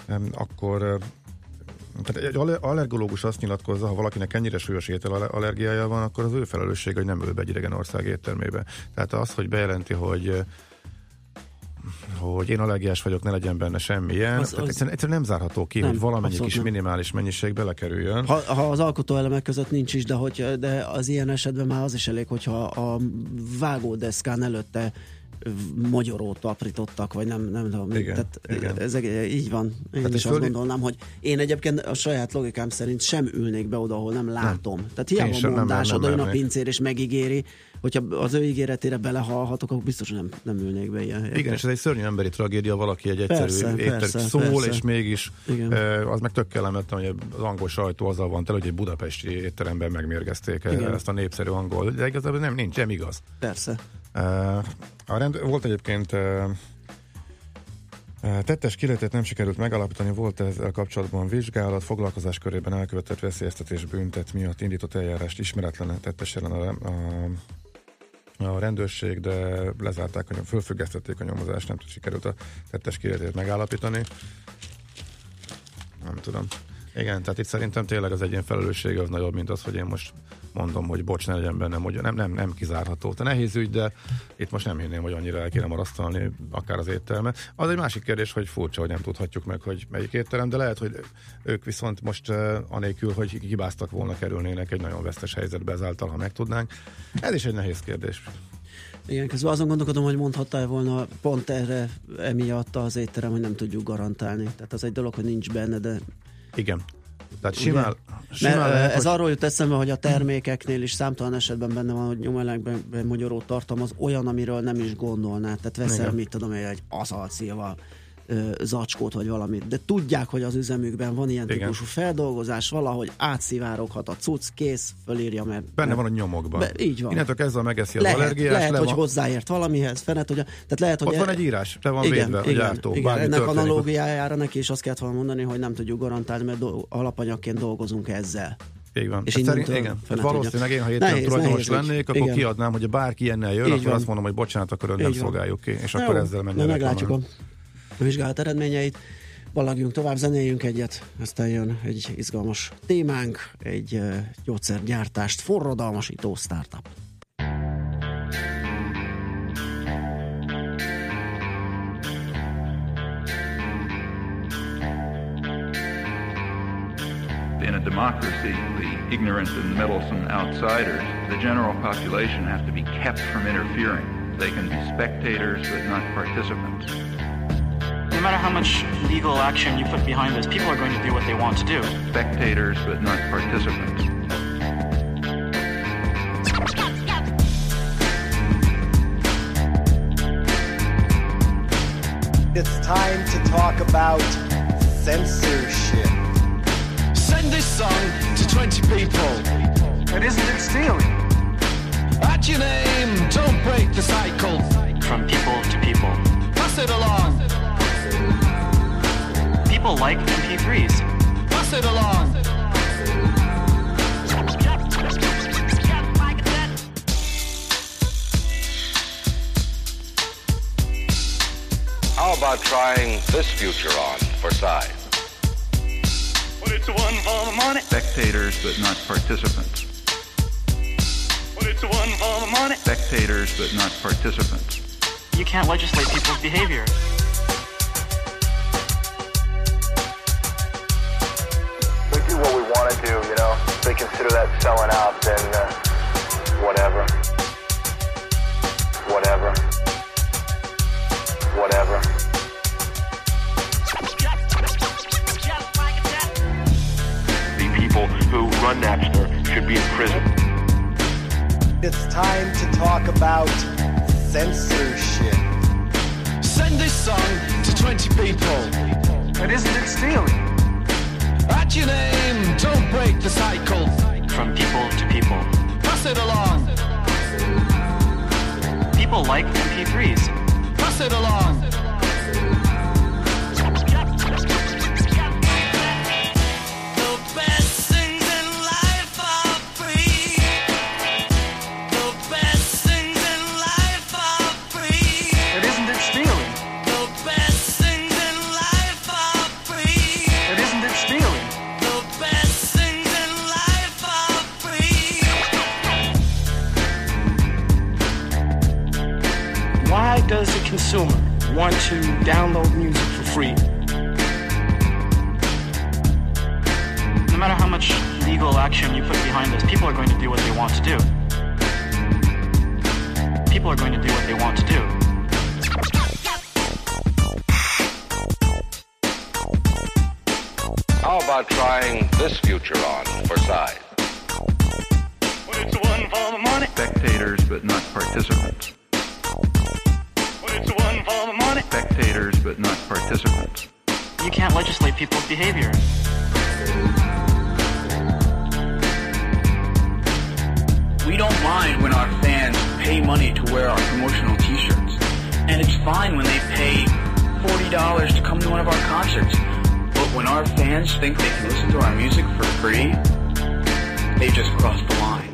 akkor tehát egy allergológus azt nyilatkozza, ha valakinek ennyire súlyos ételallergiája van, akkor az ő felelősség, hogy nem ül be egy idegen ország éttermébe. Tehát az, hogy bejelenti, hogy hogy én allergiás vagyok, ne legyen benne semmilyen. Az, az egyszerűen, egyszerűen nem zárható ki, nem, hogy valamennyi kis nem. minimális mennyiség belekerüljön. Ha, ha az alkotóelemek között nincs is, de, hogy, de az ilyen esetben már az is elég, hogyha a vágódeszkán előtte magyarót aprítottak, vagy nem, nem tudom. Igen, tehát igen. Ez, így van. Én tehát is azt föl... gondolnám, hogy én egyébként a saját logikám szerint sem ülnék be oda, ahol nem látom. Nem. Tehát hiába mondás, oda jön a pincér és megígéri, hogyha az ő ígéretére belehallhatok, akkor biztos nem, nem ülnék be ilyen helyekre. Igen, és ez egy szörnyű emberi tragédia, valaki egy egyszerű éttermet szól, persze. És mégis e, az meg tök kellemetlen, hogy az angol sajtó azzal van tele, hogy egy budapesti étteremben megmérgezték igen. ezt a népszerű angol, de igazából nem, nincs, nem igaz. Persze. Uh, a rend, volt egyébként uh, uh, tettes kilétét nem sikerült megalapítani, volt ezzel kapcsolatban vizsgálat, foglalkozás körében elkövetett veszélyeztetés büntet miatt indított eljárást ismeretlen tettes ellen a, a, a rendőrség, de lezárták, a, fölfüggesztették a nyomozást, nem sikerült a tettes kilétét megállapítani. Nem tudom. Igen, tehát itt szerintem tényleg az egyén felelőssége az nagyobb, mint az, hogy én most mondom, hogy bocs, ne legyen benne, hogy nem, nem, nem kizárható. Te nehéz ügy, de itt most nem hinném, hogy annyira el kéne marasztalni akár az éttermet. Az egy másik kérdés, hogy furcsa, hogy nem tudhatjuk meg, hogy melyik étterem, de lehet, hogy ők viszont most uh, anélkül, hogy hibáztak volna, kerülnének egy nagyon vesztes helyzetbe ezáltal, ha megtudnánk. Ez is egy nehéz kérdés. Igen, közben azon gondolkodom, hogy mondhatta volna pont erre emiatt az étterem, hogy nem tudjuk garantálni. Tehát az egy dolog, hogy nincs benne, de igen. Tehát simán, simán Mert, lehet, ez hogy... arról jut eszembe, hogy a termékeknél is számtalan esetben benne van, hogy nyomelegben magyaró tartalmaz olyan, amiről nem is gondolnád. Tehát veszel, mit tudom én, egy aszalcilva zacskót, vagy valamit. De tudják, hogy az üzemükben van ilyen igen. típusú feldolgozás, valahogy átszivároghat a cucc, kész, fölírja, mert... Benne mert, van a nyomokban. Be, így van. Innentől kezdve megeszi az lehet, allergiás. Lehet, le hogy van... hozzáért valamihez, fenet, hogy a, tehát lehet, hogy... Ott van egy írás, te van igen, védve, igen, a gyártó. Igen, ennek történik. Analógiájára neki is azt kellett volna mondani, hogy nem tudjuk garantálni, mert do- alapanyagként dolgozunk ezzel. Így van. És szerint, igen. Valószínűleg én, ha étterem tulajdonos lennék, akkor igen. kiadnám, hogy bárki ilyennel jön, így akkor van. Azt mondom, hogy bocsánat, akkor ön nem szolgáljuk ki, és akkor ezzel menjen. Meglátjuk a vizsgálat eredményeit. Ballagjunk tovább, zenéljünk egyet, aztán jön egy izgalmas témánk, egy uh, gyógyszergyártást forradalmasító startup. In a democracy, the ignorant and meddlesome outsiders, the general population have to be kept from interfering. They can be spectators, but not participants. No matter how much legal action you put behind this, people are going to do what they want to do. Spectators, but not participants. It's time to talk about censorship. Send this song to twenty people. But isn't it stealing? Add your name, don't break the cycle. From people to people. Pass it along. People like M P threes. Pass it along. How about trying this future on for size? What it's one for the money. Spectators, but not participants. What it's one for the money. Spectators, but not participants. You can't legislate people's behavior. We do what we want to do, you know. If they consider that selling out, then uh, whatever. Whatever. Whatever. The people who run Napster should be in prison. It's time to talk about censorship. Send this song to twenty people. But isn't it stealing? Add your name, don't break the cycle. From people to people. Pass it along. People like M P threes. Pass it along. Does a consumer want to download music for free. No matter how much legal action you put behind this, people are going to do what they want to do. People are going to do what they want to do. How about trying this future on for size? It's one for the money. Spectators, but not participants. It's one for the money. Spectators, but not participants. You can't legislate people's behavior. We don't mind when our fans pay money to wear our promotional t-shirts. And it's fine when they pay forty dollars to come to one of our concerts. But when our fans think they can listen to our music for free, they just crossed the line.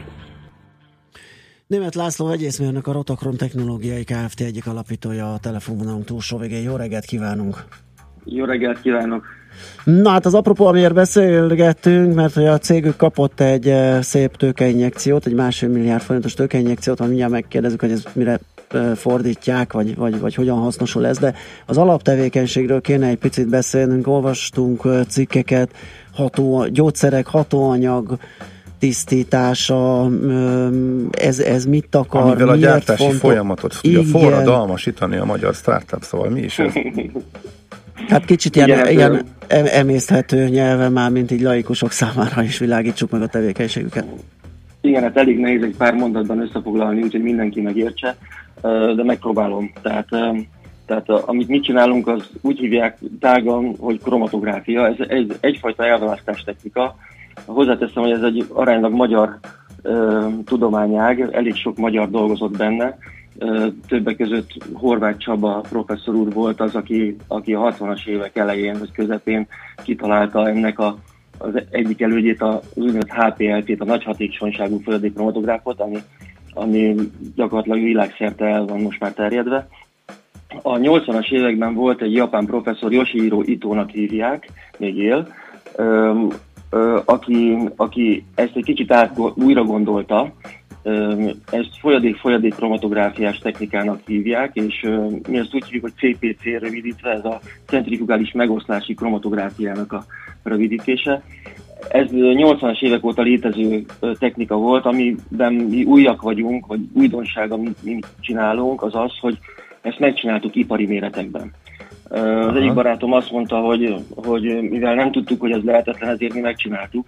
Németh László vegyészmérnök, a Rotokron Technológiai Kft. Egyik alapítója a telefonvonalunk túlsó végén. Jó reggelt kívánunk! Jó reggelt kívánok! Na hát az apropó, amiért beszélgettünk, mert hogy a cégük kapott egy szép tőkeinjekciót, egy másfél milliárd forintos tőkeinjekciót, ha mindjárt megkérdezzük, hogy ez mire fordítják, vagy, vagy, vagy hogyan hasznosul ez, de az alaptevékenységről kéne egy picit beszélnünk. Olvastunk cikkeket, ható, gyógyszerek, hatóanyag tisztítása, ez, ez mit akar, amivel a gyártási fontos? Folyamatot fogja forradalmasítani a magyar startup, szóval mi is ez? Hát kicsit ilyen, igen, ilyen emészthető nyelven már, mint így laikusok számára is világítsuk meg a tevékenységüket. Igen, hát elég nehéz egy pár mondatban összefoglalni, úgyhogy mindenki megértse, de megpróbálom. Tehát, tehát amit mit csinálunk, az úgy hívják tágan, hogy kromatográfia. Ez, ez egyfajta elválasztás technika. Hozzáteszem, hogy ez egy aránylag magyar ö, tudományág, elég sok magyar dolgozott benne. Ö, többek között Horváth Csaba professzor úr volt az, aki, aki a hatvanas évek elején vagy közepén kitalálta ennek a, az egyik elődjét, az úgynevezett há pé el té-t, a nagy hatékonyságú folyadék kromatográfot, ami, ami gyakorlatilag világszerte el van most már terjedve. A nyolcvanas években volt egy japán professzor, Yoshihiro Itónak hívják, még él, ö, Aki, aki ezt egy kicsit át, újra gondolta, ezt folyadék-folyadék kromatográfiás technikának hívják, és mi ezt úgy hívjuk, hogy cé pé cé rövidítve, ez a centrifugális megoszlási kromatográfiának a rövidítése. Ez nyolcvanas évek óta létező technika volt, amiben mi újak vagyunk, vagy újdonság, amit mi csinálunk, az az, hogy ezt megcsináltuk ipari méretekben. Az Aha. egyik barátom azt mondta, hogy, hogy mivel nem tudtuk, hogy ez lehetetlen, ezért mi megcsináltuk,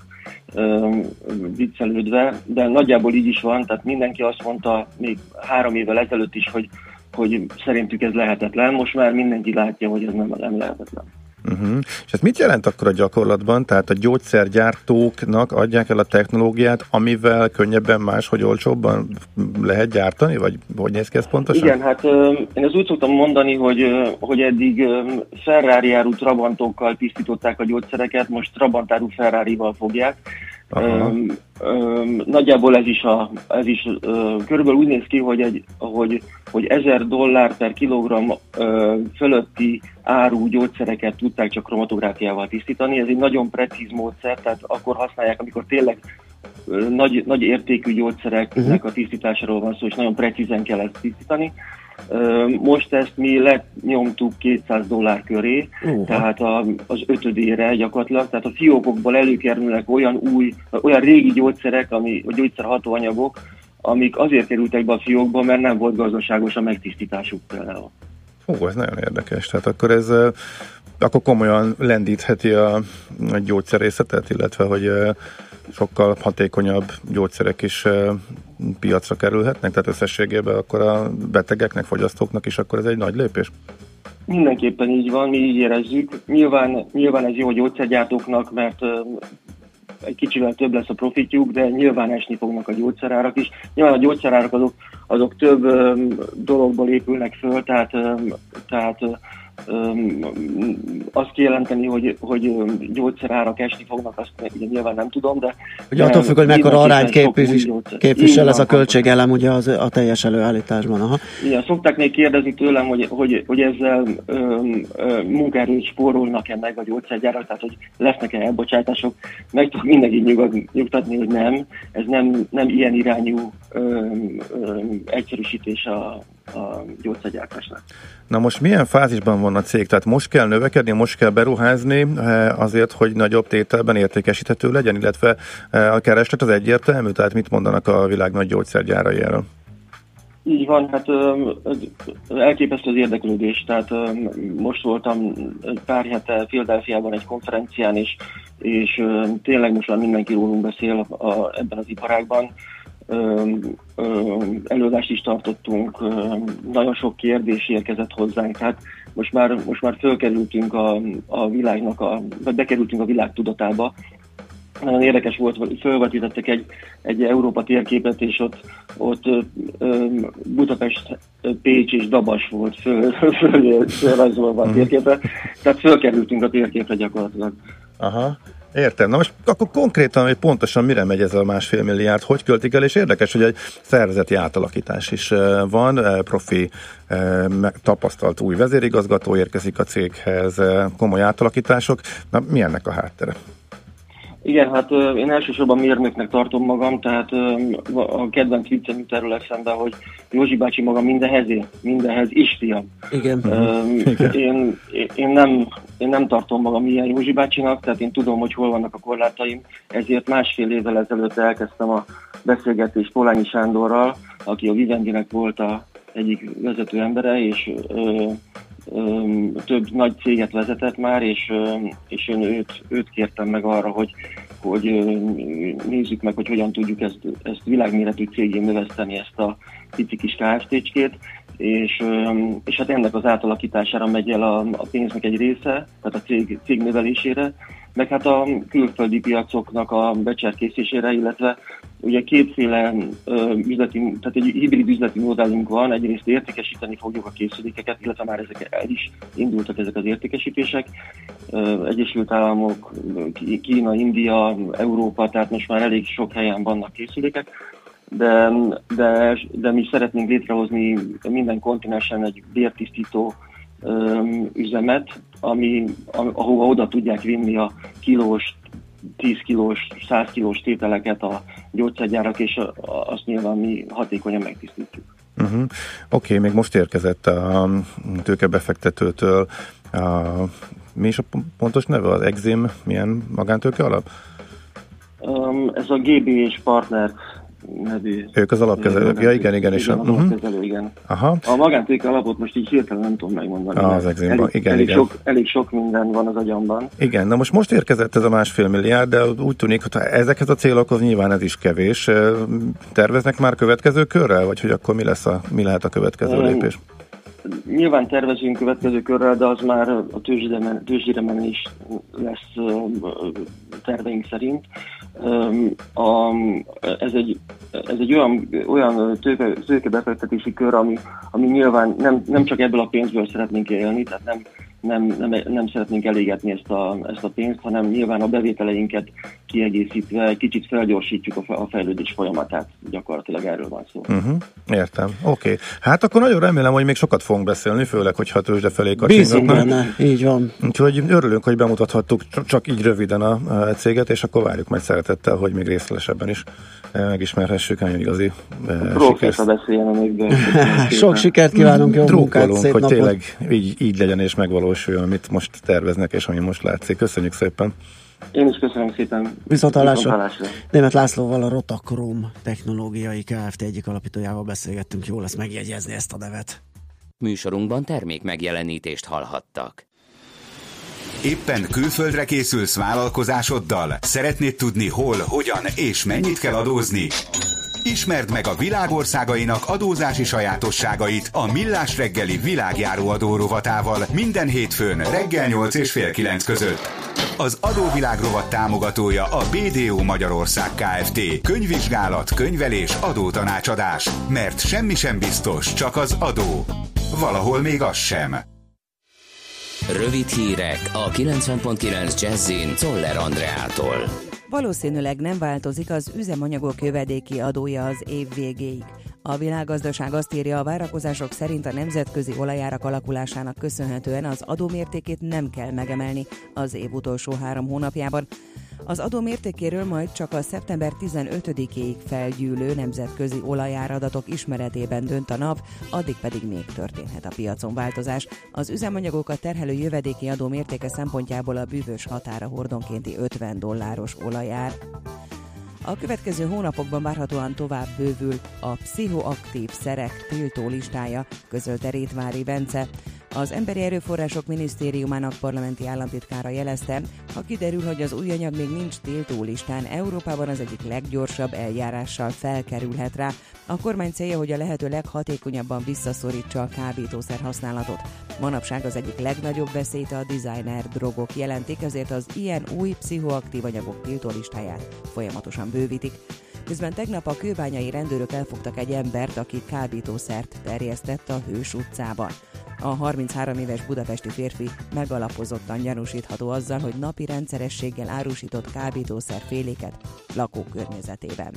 viccelődve, de nagyjából így is van, tehát mindenki azt mondta még három évvel ezelőtt is, hogy, hogy szerintük ez lehetetlen, most már mindenki látja, hogy ez nem, nem lehetetlen. Uh-huh. És ez mit jelent akkor a gyakorlatban? Tehát a gyógyszergyártóknak adják el a technológiát, amivel könnyebben, máshogy olcsóbban lehet gyártani? Vagy hogy néz ki ez pontosan? Igen, hát én ezt úgy szoktam mondani, hogy, hogy eddig Ferrari-áru Trabantokkal tisztították a gyógyszereket, most Trabant-áru Ferrari-val fogják. Öm, öm, nagyjából ez is, a, ez is ö, körülbelül úgy néz ki, hogy, egy, hogy, hogy ezer dollár per kilogramm ö, fölötti áru gyógyszereket tudták csak kromatográfiával tisztítani. Ez egy nagyon precíz módszer, tehát akkor használják, amikor tényleg ö, nagy, nagy értékű gyógyszereknek uh-huh. a tisztításáról van szó, és nagyon precízen kell ezt tisztítani. Most ezt mi letnyomtuk kétszáz dollár köré, uh-huh. tehát a, az ötödére gyakorlatilag, tehát a fiókokból előkerülnek olyan új, olyan régi gyógyszerek, ami, a gyógyszerhatóanyagok, amik azért kerültek be a fiókba, mert nem volt gazdaságos a megtisztításuk például. Ó, ez nagyon érdekes, tehát akkor ez akkor komolyan lendítheti a, a gyógyszerészetet, illetve hogy sokkal hatékonyabb gyógyszerek is piacra kerülhetnek, tehát összességében akkor a betegeknek, fogyasztóknak is akkor ez egy nagy lépés? Mindenképpen így van, mi így érezzük. Nyilván, nyilván ez jó a gyógyszergyártóknak, mert egy kicsivel több lesz a profitjuk, de nyilván esni fognak a gyógyszerárak is. Nyilván a gyógyszerárak azok, azok több dologból épülnek föl, tehát, tehát azt kijelenteni, hogy, hogy gyógyszerárak esni fognak, azt ugye nyilván nem tudom, de... Ugye attól függ, hogy mekkora arányt képvisel, képvisel ez a költségelem ugye az, a teljes előállításban. Aha. Igen, szokták még kérdezni tőlem, hogy, hogy, hogy ezzel öm, öm, munkaerőt spórolnak-e meg a gyógyszergyárak, tehát hogy lesznek-e elbocsátások. Meg tudok mindenki nyugtatni, hogy nem. Ez nem, nem ilyen irányú ö, ö, egyszerűsítése a, a gyógyszergyártásnak. Na most milyen fázisban van a cég? Tehát most kell növekedni, most kell beruházni azért, hogy nagyobb tételben értékesíthető legyen, illetve a kereslet az egyértelmű? Tehát mit mondanak a világ nagy gyógyszergyárai erről? Így van, hát elképesztő az érdeklődés, tehát most voltam pár hete Philadelphiában egy konferencián, és, és tényleg most már mindenki rólunk beszél a, a, ebben az iparágban. Előadást is tartottunk, nagyon sok kérdés érkezett hozzánk, tehát most már, most már fölkerültünk a, a világnak, a, vagy bekerültünk a világ tudatába. Nagyon érdekes volt, fölvetítettek egy, egy Európa térképet, és ott, ott ö, Budapest, Pécs és Dabas volt föl, föl, fölrajzolva a térképre, tehát fölkerültünk a térképre gyakorlatilag. Aha. Értem. Na most akkor konkrétan, hogy pontosan mire megy ez a másfél milliárd, hogy költik el, és érdekes, hogy egy szervezeti átalakítás is van, profi, tapasztalt új vezérigazgató érkezik a céghez, komoly átalakítások. Na, mi ennek a háttere? Igen, hát én elsősorban mérnöknek tartom magam, tehát a kedvenc viccem jut erről eszembe, hogy Józsi bácsi maga mindenhez ér, mindenhez is fiam. Igen. Uh, én, én, nem, én nem tartom magam ilyen Józsi bácsinak, tehát én tudom, hogy hol vannak a korlátaim, ezért másfél évvel ezelőtt elkezdtem a beszélgetést Polányi Sándorral, aki a Vivendinek volt a egyik vezető embere, és uh, több nagy céget vezetett már, és, és én őt, őt kértem meg arra, hogy, hogy nézzük meg, hogy hogyan tudjuk ezt, ezt világméretű cégé növeszteni, ezt a pici kis ká ef té-cskét, és, és hát ennek az átalakítására megy el a, a pénznek egy része, tehát a cég, cég növelésére, meg hát a külföldi piacoknak a becserkészésére, illetve ugye kétféle ö, üzleti, tehát egy hibrid üzleti modellünk van, egyrészt értékesíteni fogjuk a készülékeket, illetve már ezek el is indultak ezek az értékesítések. Ö, Egyesült Államok, Kína, India, Európa, tehát most már elég sok helyen vannak készülékek, de, de, de mi szeretnénk létrehozni minden kontinensen egy bértisztító üzemet, ami, ahova oda tudják vinni a kilós, tíz kilós, száz kilós tételeket a gyógyszergyárak, és azt nyilván mi hatékonyan megtisztítjuk. Uh-huh. Oké, okay, még most érkezett a tőkebefektetőtől. A, mi is a pontos neve? Az Exim milyen magántőke alap? Um, ez a gé bé és Partner nevű. Ők az alapkezelők, ja igen, igen. És igen, a, az alapkezelő, uh-huh. igen. Aha. A magántőke alapot most így hirtelen nem tudom megmondani. Ah, az Eximban, elég, igen, elég igen. Sok, elég sok minden van az agyamban. Igen, na most most érkezett ez a másfél milliárd, de úgy tűnik, hogy ezekhez a célokhoz nyilván ez is kevés. Terveznek már következő körrel, vagy hogy akkor mi lesz a, mi lehet a következő um, lépés? Nyilván tervezünk következő körrel, de az már a tőzsdére menés lesz terveink szerint. A, ez egy, ez egy olyan, olyan tőke, tőkebefektetési kör, ami, ami nyilván nem, nem csak ebből a pénzből szeretnénk élni, tehát nem, nem, nem, nem szeretnénk elégetni ezt a, ezt a pénzt, hanem nyilván a bevételeinket kiegészítve kicsit felgyorsítjuk a, a fejlődés folyamatát. Gyakorlatilag erről van szó. Uh-huh. Értem. Oké. Okay. Hát akkor nagyon remélem, hogy még sokat fogunk beszélni, főleg, hogyha a tőzsde felé kacsingatnak. Bízunk benne, így van. Úgyhogy örülünk, hogy bemutathattuk csak így röviden a céget, és akkor várjuk majd szeretettel, hogy még részletesebben is megismerhessük, hány igazi sikersz. Sok sikert kívánunk, jó munkát, szép hogy napot. Tényleg így, így legyen és megvalósuljon, amit most terveznek, és ami most látszik. Köszönjük szépen! Én is köszönöm szépen. Viszonthallásra. Németh Lászlóval, a Rotachrome Technológiai Kft. Egyik alapítójával beszélgettünk, jó lesz megjegyezni ezt a nevet. Műsorunkban termék megjelenítést hallhattak. Éppen külföldre készülsz vállalkozásoddal? Szeretnéd tudni hol, hogyan és mennyit kell adózni? Ismerd meg a világországainak adózási sajátosságait a Millás reggeli világjáró adó rovatával minden hétfőn reggel nyolc és fél kilenc között. Az adóvilág rovat támogatója a bé dé o Magyarország Kft. Könyvvizsgálat, könyvelés, adótanácsadás. Mert semmi sem biztos, csak az adó. Valahol még az sem. Rövid hírek a kilencven pont kilenc Jazzin Czoller Andreától. Valószínűleg nem változik az üzemanyagok jövedéki adója az év végéig. A világgazdaság azt írja, a várakozások szerint a nemzetközi olajárak alakulásának köszönhetően az adómértékét nem kell megemelni az év utolsó három hónapjában. Az adó mértékéről majd csak a szeptember tizenötödikéig felgyűlő nemzetközi olajáradatok ismeretében dönt a NAV, addig pedig még történhet a piacon változás. Az üzemanyagokat terhelő jövedéki adó mértéke szempontjából a bűvös határa hordonkénti ötven dolláros olajár. A következő hónapokban várhatóan tovább bővül a pszichoaktív szerek tiltó listája, közölte Rétvári Bence. Az Emberi Erőforrások Minisztériumának parlamenti államtitkára jelezte, ha kiderül, hogy az új anyag még nincs tiltó listán, Európában az egyik leggyorsabb eljárással felkerülhet rá. A kormány célja, hogy a lehető leghatékonyabban visszaszorítsa a kábítószer használatot. Manapság az egyik legnagyobb veszélyt a designer drogok jelentik, ezért az ilyen új pszichoaktív anyagok tiltó listáját folyamatosan bővítik. Közben tegnap a kőbányai rendőrök elfogtak egy embert, aki kábítószert terjesztett a Hős utcában. A harminchárom éves budapesti férfi megalapozottan gyanúsítható azzal, hogy napi rendszerességgel árusított kábítószerféléket lakókörnyezetében.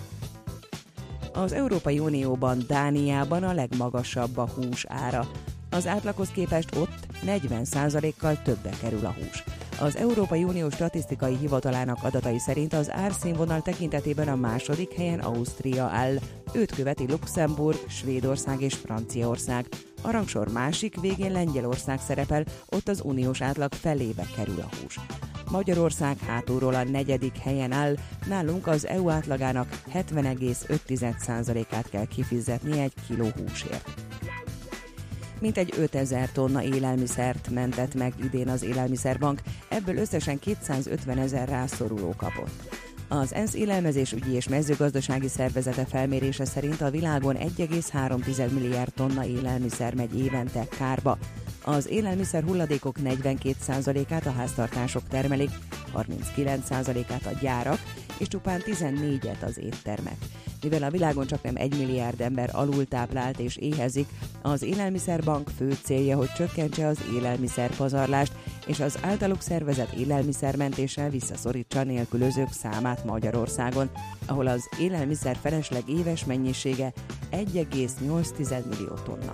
Az Európai Unióban, Dániában a legmagasabb a hús ára. Az átlaghoz képest ott negyven százalékkal többe kerül a hús. Az Európai Unió Statisztikai Hivatalának adatai szerint az árszínvonal tekintetében a második helyen Ausztria áll, őt követi Luxemburg, Svédország és Franciaország. A rangsor másik végén Lengyelország szerepel, ott az uniós átlag felébe kerül a hús. Magyarország hátulról a negyedik helyen áll, nálunk az é u átlagának hetven egész öt százalékát kell kifizetni egy kiló húsért. Mintegy ötezer tonna élelmiszert mentett meg idén az Élelmiszerbank, ebből összesen kétszázötven ezer rászoruló kapott. Az ENSZ élelmezésügyi és mezőgazdasági szervezete felmérése szerint a világon egy egész három milliárd tonna élelmiszer megy évente kárba. Az élelmiszer hulladékok negyvenkét százalékát a háztartások termelik, harminckilenc százalékát a gyárak, és csupán tizennégyet az éttermek. Mivel a világon csak nem egy milliárd ember alultáplált és éhezik, az Élelmiszerbank fő célja, hogy csökkentse az élelmiszerpazarlást, és az általuk szervezett élelmiszermentéssel visszaszorítsa a nélkülözők számát Magyarországon, ahol az élelmiszer felesleg éves mennyisége egy egész nyolc millió tonna.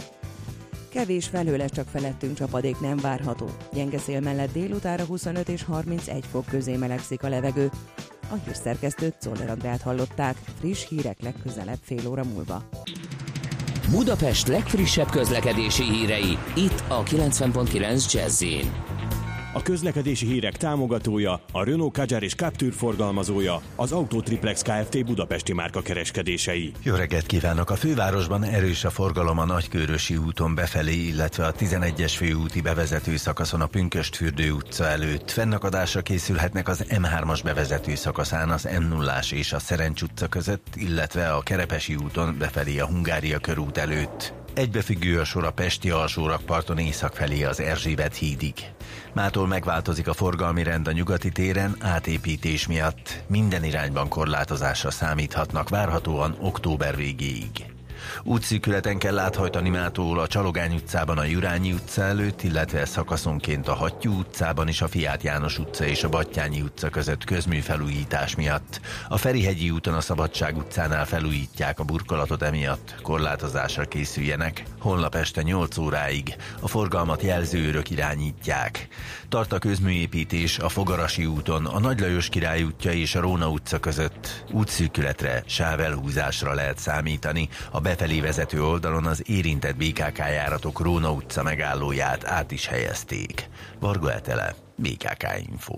Kevés felhőles, csak felettünk csapadék nem várható. Gyenge szél mellett délutánra huszonöt és harmincegy fok közé melegszik a levegő. A hírszerkesztőt, Czoller Andrát hallották, friss hírek legközelebb fél óra múlva. Budapest legfrissebb közlekedési hírei, itt a kilencven pont kilenc Jazz-in. A közlekedési hírek támogatója, a Renault Kadjar és Captur forgalmazója, az Autotriplex Kft. Budapesti márka kereskedései. Jó reggelt kívánok! A fővárosban erős a forgalom a Nagykőrösi úton befelé, illetve a tizenegyes főúti bevezető szakaszon a Pünkösdfürdő utca előtt. Fennakadásra készülhetnek az em hármas bevezető szakaszán az em nullás és a Szerencs utca között, illetve a Kerepesi úton befelé a Hungária körút előtt. Egybefüggő a sor a pesti alsórakparton észak felé az Erzsébet hídig. Mától megváltozik a forgalmi rend a nyugati téren átépítés miatt. Minden irányban korlátozásra számíthatnak várhatóan október végéig. Útszűkületen kell áthajtani mától a Csalogány utcában a Jurányi utca előtt, illetve szakaszonként a Hattyú utcában is a Fiát János utca és a Battyányi utca között közműfelújítás miatt. A Ferihegyi úton a Szabadság utcánál felújítják a burkolatot, emiatt korlátozásra készüljenek. Holnap este nyolc óráig a forgalmat jelzőőrök irányítják. Tart a közműépítés a Fogarasi úton, a Nagy Lajos Király útja és a Róna utca között. Útszűkületre, sávelhúzásra lehet számítani. A befelé vezető oldalon az érintett bé ká ká járatok Róna utca megállóját át is helyezték. Varga Etele, bé ká ká Info.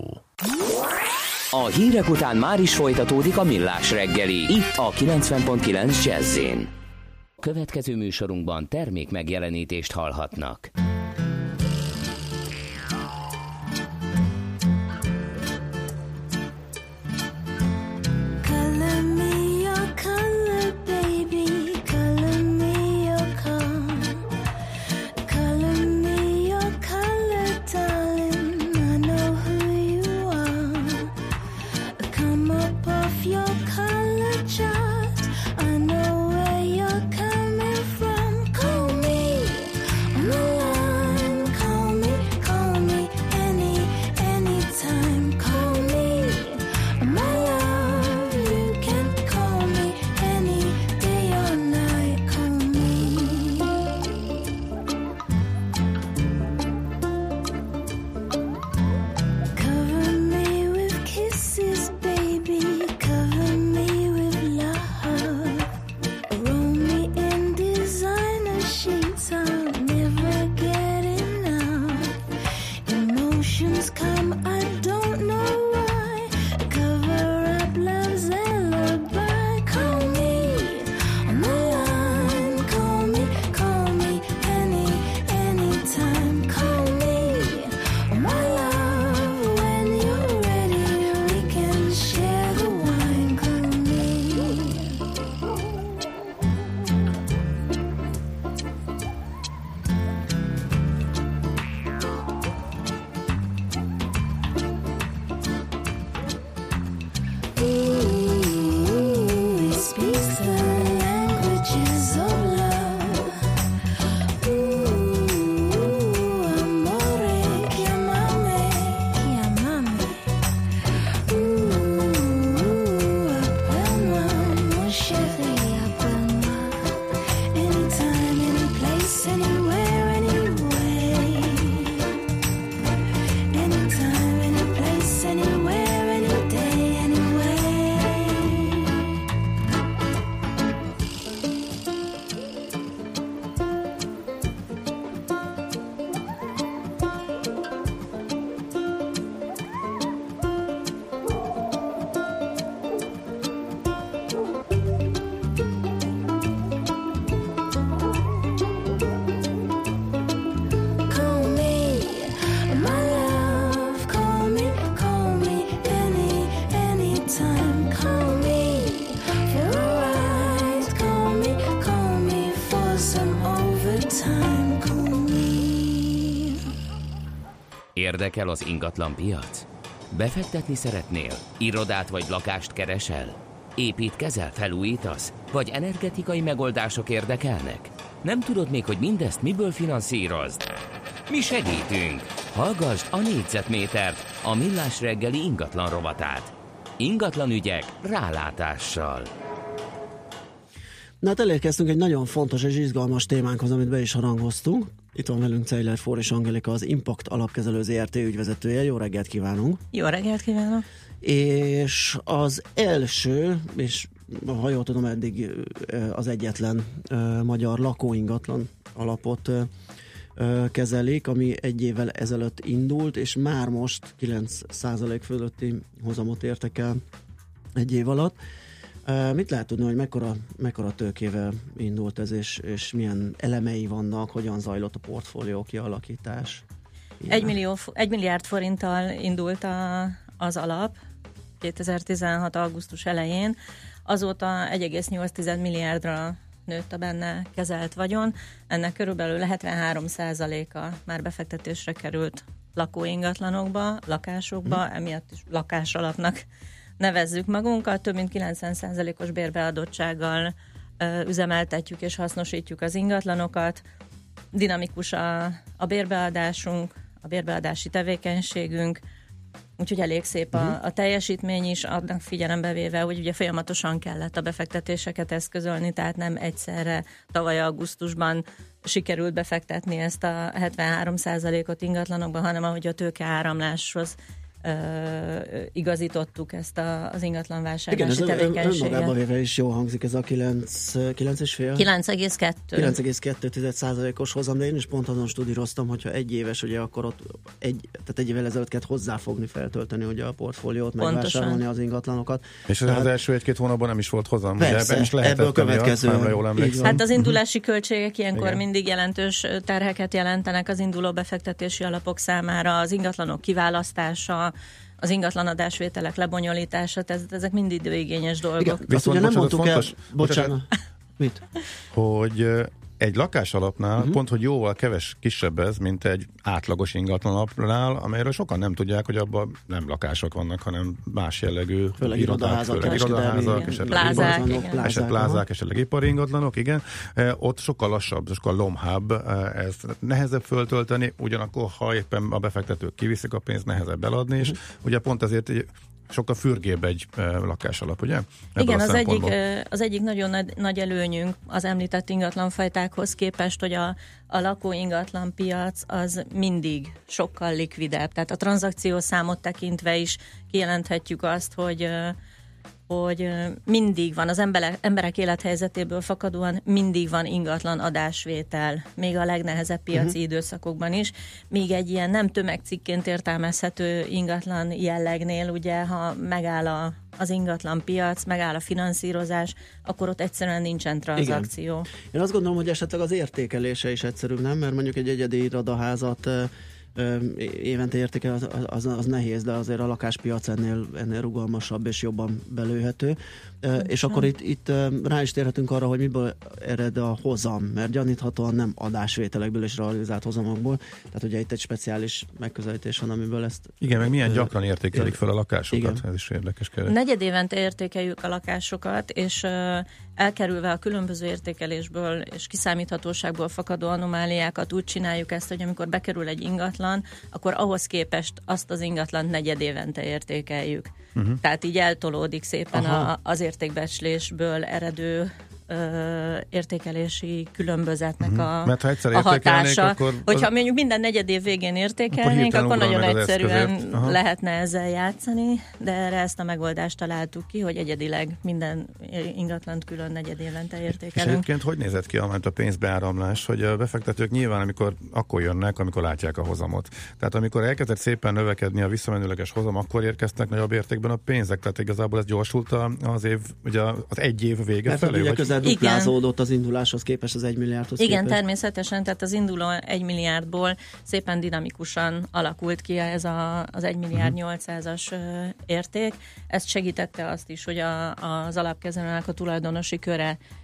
A hírek után már is folytatódik a Millás reggeli, itt a kilencven pont kilenc Jazz-in. Következő műsorunkban termék megjelenítést hallhatnak. I know where you're coming from. Call me on the line. Érdekel az ingatlan piac? Befektetni szeretnél? Irodát vagy lakást keresel? Építkezel, felújítasz? Vagy energetikai megoldások érdekelnek? Nem tudod még, hogy mindezt miből finanszírozd? Mi segítünk! Hallgasd a négyzetmétert, a Millás reggeli ingatlan rovatát. Ingatlan ügyek rálátással. Na hát elérkeztünk egy nagyon fontos és izgalmas témánkhoz, amit be is harangoztunk. Itt van velünk Czeiler Fór és Angelika, az Impact Alapkezelő zé er té ügyvezetője. Jó reggelt kívánunk! Jó reggelt kívánok! És az első, és ha jól tudom, eddig az egyetlen magyar lakóingatlan alapot kezelik, ami egy évvel ezelőtt indult, és már most kilenc százalék fölötti hozamot értek el egy év alatt. Mit lehet tudni, hogy mekkora, mekkora tőkével indult ez, és, és milyen elemei vannak, hogyan zajlott a portfólió kialakítás? Egy, millió, egy milliárd forinttal indult a, az alap kétezer-tizenhat. augusztus elején, azóta egy egész nyolc milliárdra nőtt a benne kezelt vagyon, ennek körülbelül hetvenhárom százaléka már befektetésre került lakóingatlanokba, lakásokba, hmm. emiatt is lakásalapnak nevezzük magunkat, több mint kilencven százalékos bérbeadottsággal ö, üzemeltetjük és hasznosítjuk az ingatlanokat, dinamikus a, a bérbeadásunk, a bérbeadási tevékenységünk, úgyhogy elég szép a, a teljesítmény is, adnak figyelembe véve, hogy ugye folyamatosan kellett a befektetéseket eszközölni, tehát nem egyszerre tavaly augusztusban sikerült befektetni ezt a hetvenhárom százalékot ingatlanokban, hanem ahogy a tőkeáramláshoz Uh, igazítottuk ezt a, az ingatlanvásárlási tevékenységet. Igen, önmagában véve is jól hangzik ez a kilenc egész öt kilenc egész kettő kilenc egész kettő százalékos hozam, de én is pont azon studíroztam, hogyha egy éves, ugye akkor ott egy, tehát egy évvel ezelőtt kellett hozzáfogni, feltölteni ugye a portfóliót, megvásárolni az ingatlanokat. És tehát, az első egy-két hónapban nem is volt hozam. Persze, is ebből következő. Azt, jól emlékszem. Hát az indulási költségek ilyenkor igen. mindig jelentős terheket jelentenek az induló befektetési alapok számára, az ingatlanok kiválasztása, az ingatlanadásvételek lebonyolítása, tehát ezek mind időigényes dolgok. Igen, viszont ugye nem mondtuk el, bocsánat, mit? Hogy egy lakásalapnál uh-huh. pont, hogy jóval keves kisebb ez, mint egy átlagos ingatlanalapnál, amelyről sokan nem tudják, hogy abban nem lakások vannak, hanem más jellegű főleg irodaházak, főleg irodaházak, esetleg plázák, plázák, esetleg plázák, esetleg ipari ingatlanok, igen. E, ott sokkal lassabb, sokkal lomhább, ez nehezebb föltölteni, ugyanakkor, ha éppen a befektetők kiviszik a pénzt, nehezebb eladni, és uh-huh. ugye pont ezért sokkal fürgébb egy e, lakásalap, ugye? Ebből igen, az egyik, az egyik nagyon nagy, nagy előnyünk az említett ingatlanfajtákhoz képest, hogy a, a lakóingatlan piac az mindig sokkal likvidebb. Tehát a tranzakciós számot tekintve is kijelenthetjük azt, hogy hogy mindig van, az emberek, emberek élethelyzetéből fakadóan mindig van ingatlan adásvétel, még a legnehezebb piaci uh-huh. időszakokban is, míg egy ilyen nem tömegcikként értelmezhető ingatlan jellegnél, ugye, ha megáll a, az ingatlan piac, megáll a finanszírozás, akkor ott egyszerűen nincsen tranzakció. Igen. Én azt gondolom, hogy esetleg az értékelése is egyszerűbb, nem? Mert mondjuk egy egyedi irodaházat évente értékel, az, az, az nehéz, de azért a lakáspiac ennél, ennél rugalmasabb és jobban belőhető. E, és akkor itt, itt rá is térhetünk arra, hogy miből ered a hozam, mert gyaníthatóan nem adásvételekből és realizált hozamokból, tehát ugye itt egy speciális megközelítés van, amiből ezt... Igen, meg milyen gyakran értékelik ér... fel a lakásokat, igen. Ez is érdekes kérdés. Negyed évente értékeljük a lakásokat, és uh, elkerülve a különböző értékelésből és kiszámíthatóságból fakadó anomáliákat úgy csináljuk ezt, hogy amikor bekerül egy ingatlan, akkor ahhoz képest azt az ingatlant negyed évente értékeljük. Uh-huh. Tehát így eltolódik szépen a, az értékbecslésből eredő ö, értékelési különbözetnek uh-huh. a, Mert ha egyszer a hatása. Akkor Hogyha mondjuk minden negyed év végén értékelnénk, akkor, akkor nagyon egyszerűen lehetne ezzel játszani, de erre ezt a megoldást találtuk ki, hogy egyedileg minden ingatlant külön negyed évente értékelünk. És egyébként hogy nézett ki a pénzbeáramlás, hogy a befektetők nyilván amikor akkor jönnek, amikor látják a hozamot. Tehát amikor elkezdett szépen növekedni a visszamenőleges hozam, akkor érkeztek nagyobb értékben a pénzek, tehát igazából ez gyorsult az év, ugye az egy év vége mert felé. Ugye közel duplázódott az induláshoz képest, az egy milliárdhoz Igen, képest. természetesen, tehát az induló egy milliárdból szépen dinamikusan alakult ki ez a, az egy milliárd nyolcszázas érték. Ezt segítette azt is, hogy a, az alapkezelőnek a tulajdonosi köre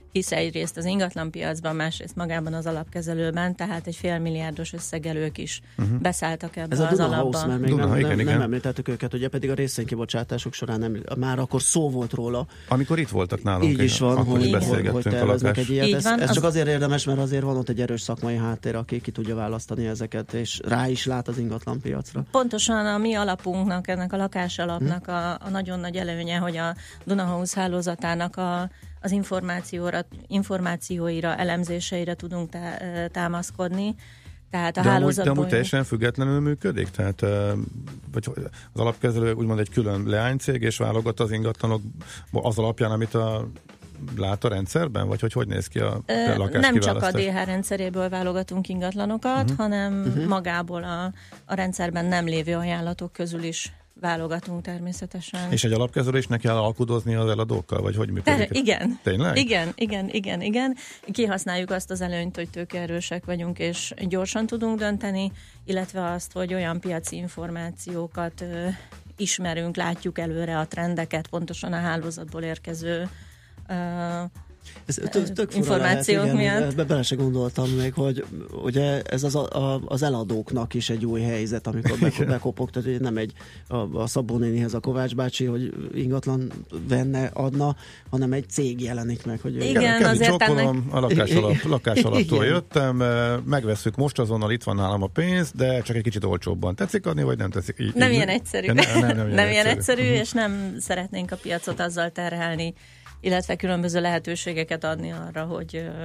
hisz egyrészt az ingatlanpiacban, másrészt magában az alapkezelőben, tehát egy félmilliárdos összeggel ők is uh-huh. beszálltak ebbe Ez az a Duna alapba. House, mert még Duna, nem, igen, nem, igen. nem említettük őket, ugye pedig a részvénykibocsátások során nem, már akkor szó volt róla. Amikor itt voltak nálunk. Így is van, akkor hogy, is hogy, beszélgettünk hogy a terveznek lakás. egy ilyet. Így Ez, van, ez az- csak azért érdemes, mert azért van ott egy erős szakmai háttér, aki ki tudja választani ezeket, és rá is lát az ingatlanpiacra. Pontosan a mi alapunknak, ennek a lakásalapnak a, a nagyon nagy előnye, hogy a Duna House hálózatának a, az információra, információira, elemzéseire tudunk tá, támaszkodni. Tehát a de, amúgy, de hálózatból... amúgy teljesen függetlenül működik? Tehát ö, vagy az alapkezelő úgymond egy külön leánycég, és válogat az ingatlanok az alapján, amit a lát a rendszerben? Vagy hogy hogy néz ki a Ö, lakás Nem csak a kiválasztás? dé há rendszeréből válogatunk ingatlanokat, Uh-huh. hanem Uh-huh. magából a, a rendszerben nem lévő ajánlatok közül is válogatunk természetesen. És egy alapkezelő is neki kell alkudozni az eladókkal? Vagy hogy működik? Ter- igen. Tényleg? Igen, igen, igen, igen. Kihasználjuk azt az előnyt, hogy tőkeerősek vagyunk, és gyorsan tudunk dönteni, illetve azt, hogy olyan piaci információkat ö, ismerünk, látjuk előre a trendeket, pontosan a hálózatból érkező ö, Ez tök, tök információk lehet, igen, miatt. Be, bele se gondoltam még, hogy ugye ez az, a, az eladóknak is egy új helyzet, amikor be, bekopog, tehát ugye nem egy a, a Szabó nénihez a Kovács bácsi, hogy ingatlan venne, adna, hanem egy cég jelenik meg. Hogy Igen, Kedi azért csókolom, ennek- a lakásalap, lakásalaptól Igen. jöttem, megvesszük most azonnal, itt van nálam a pénz, de csak egy kicsit olcsóbban. Tetszik adni, vagy nem tetszik? Így, Nem így- ilyen egyszerű. Ja, nem, nem, nem, nem ilyen egyszerű, Mhm. és nem szeretnénk a piacot azzal terhelni, illetve különböző lehetőségeket adni arra, hogy ö, ö,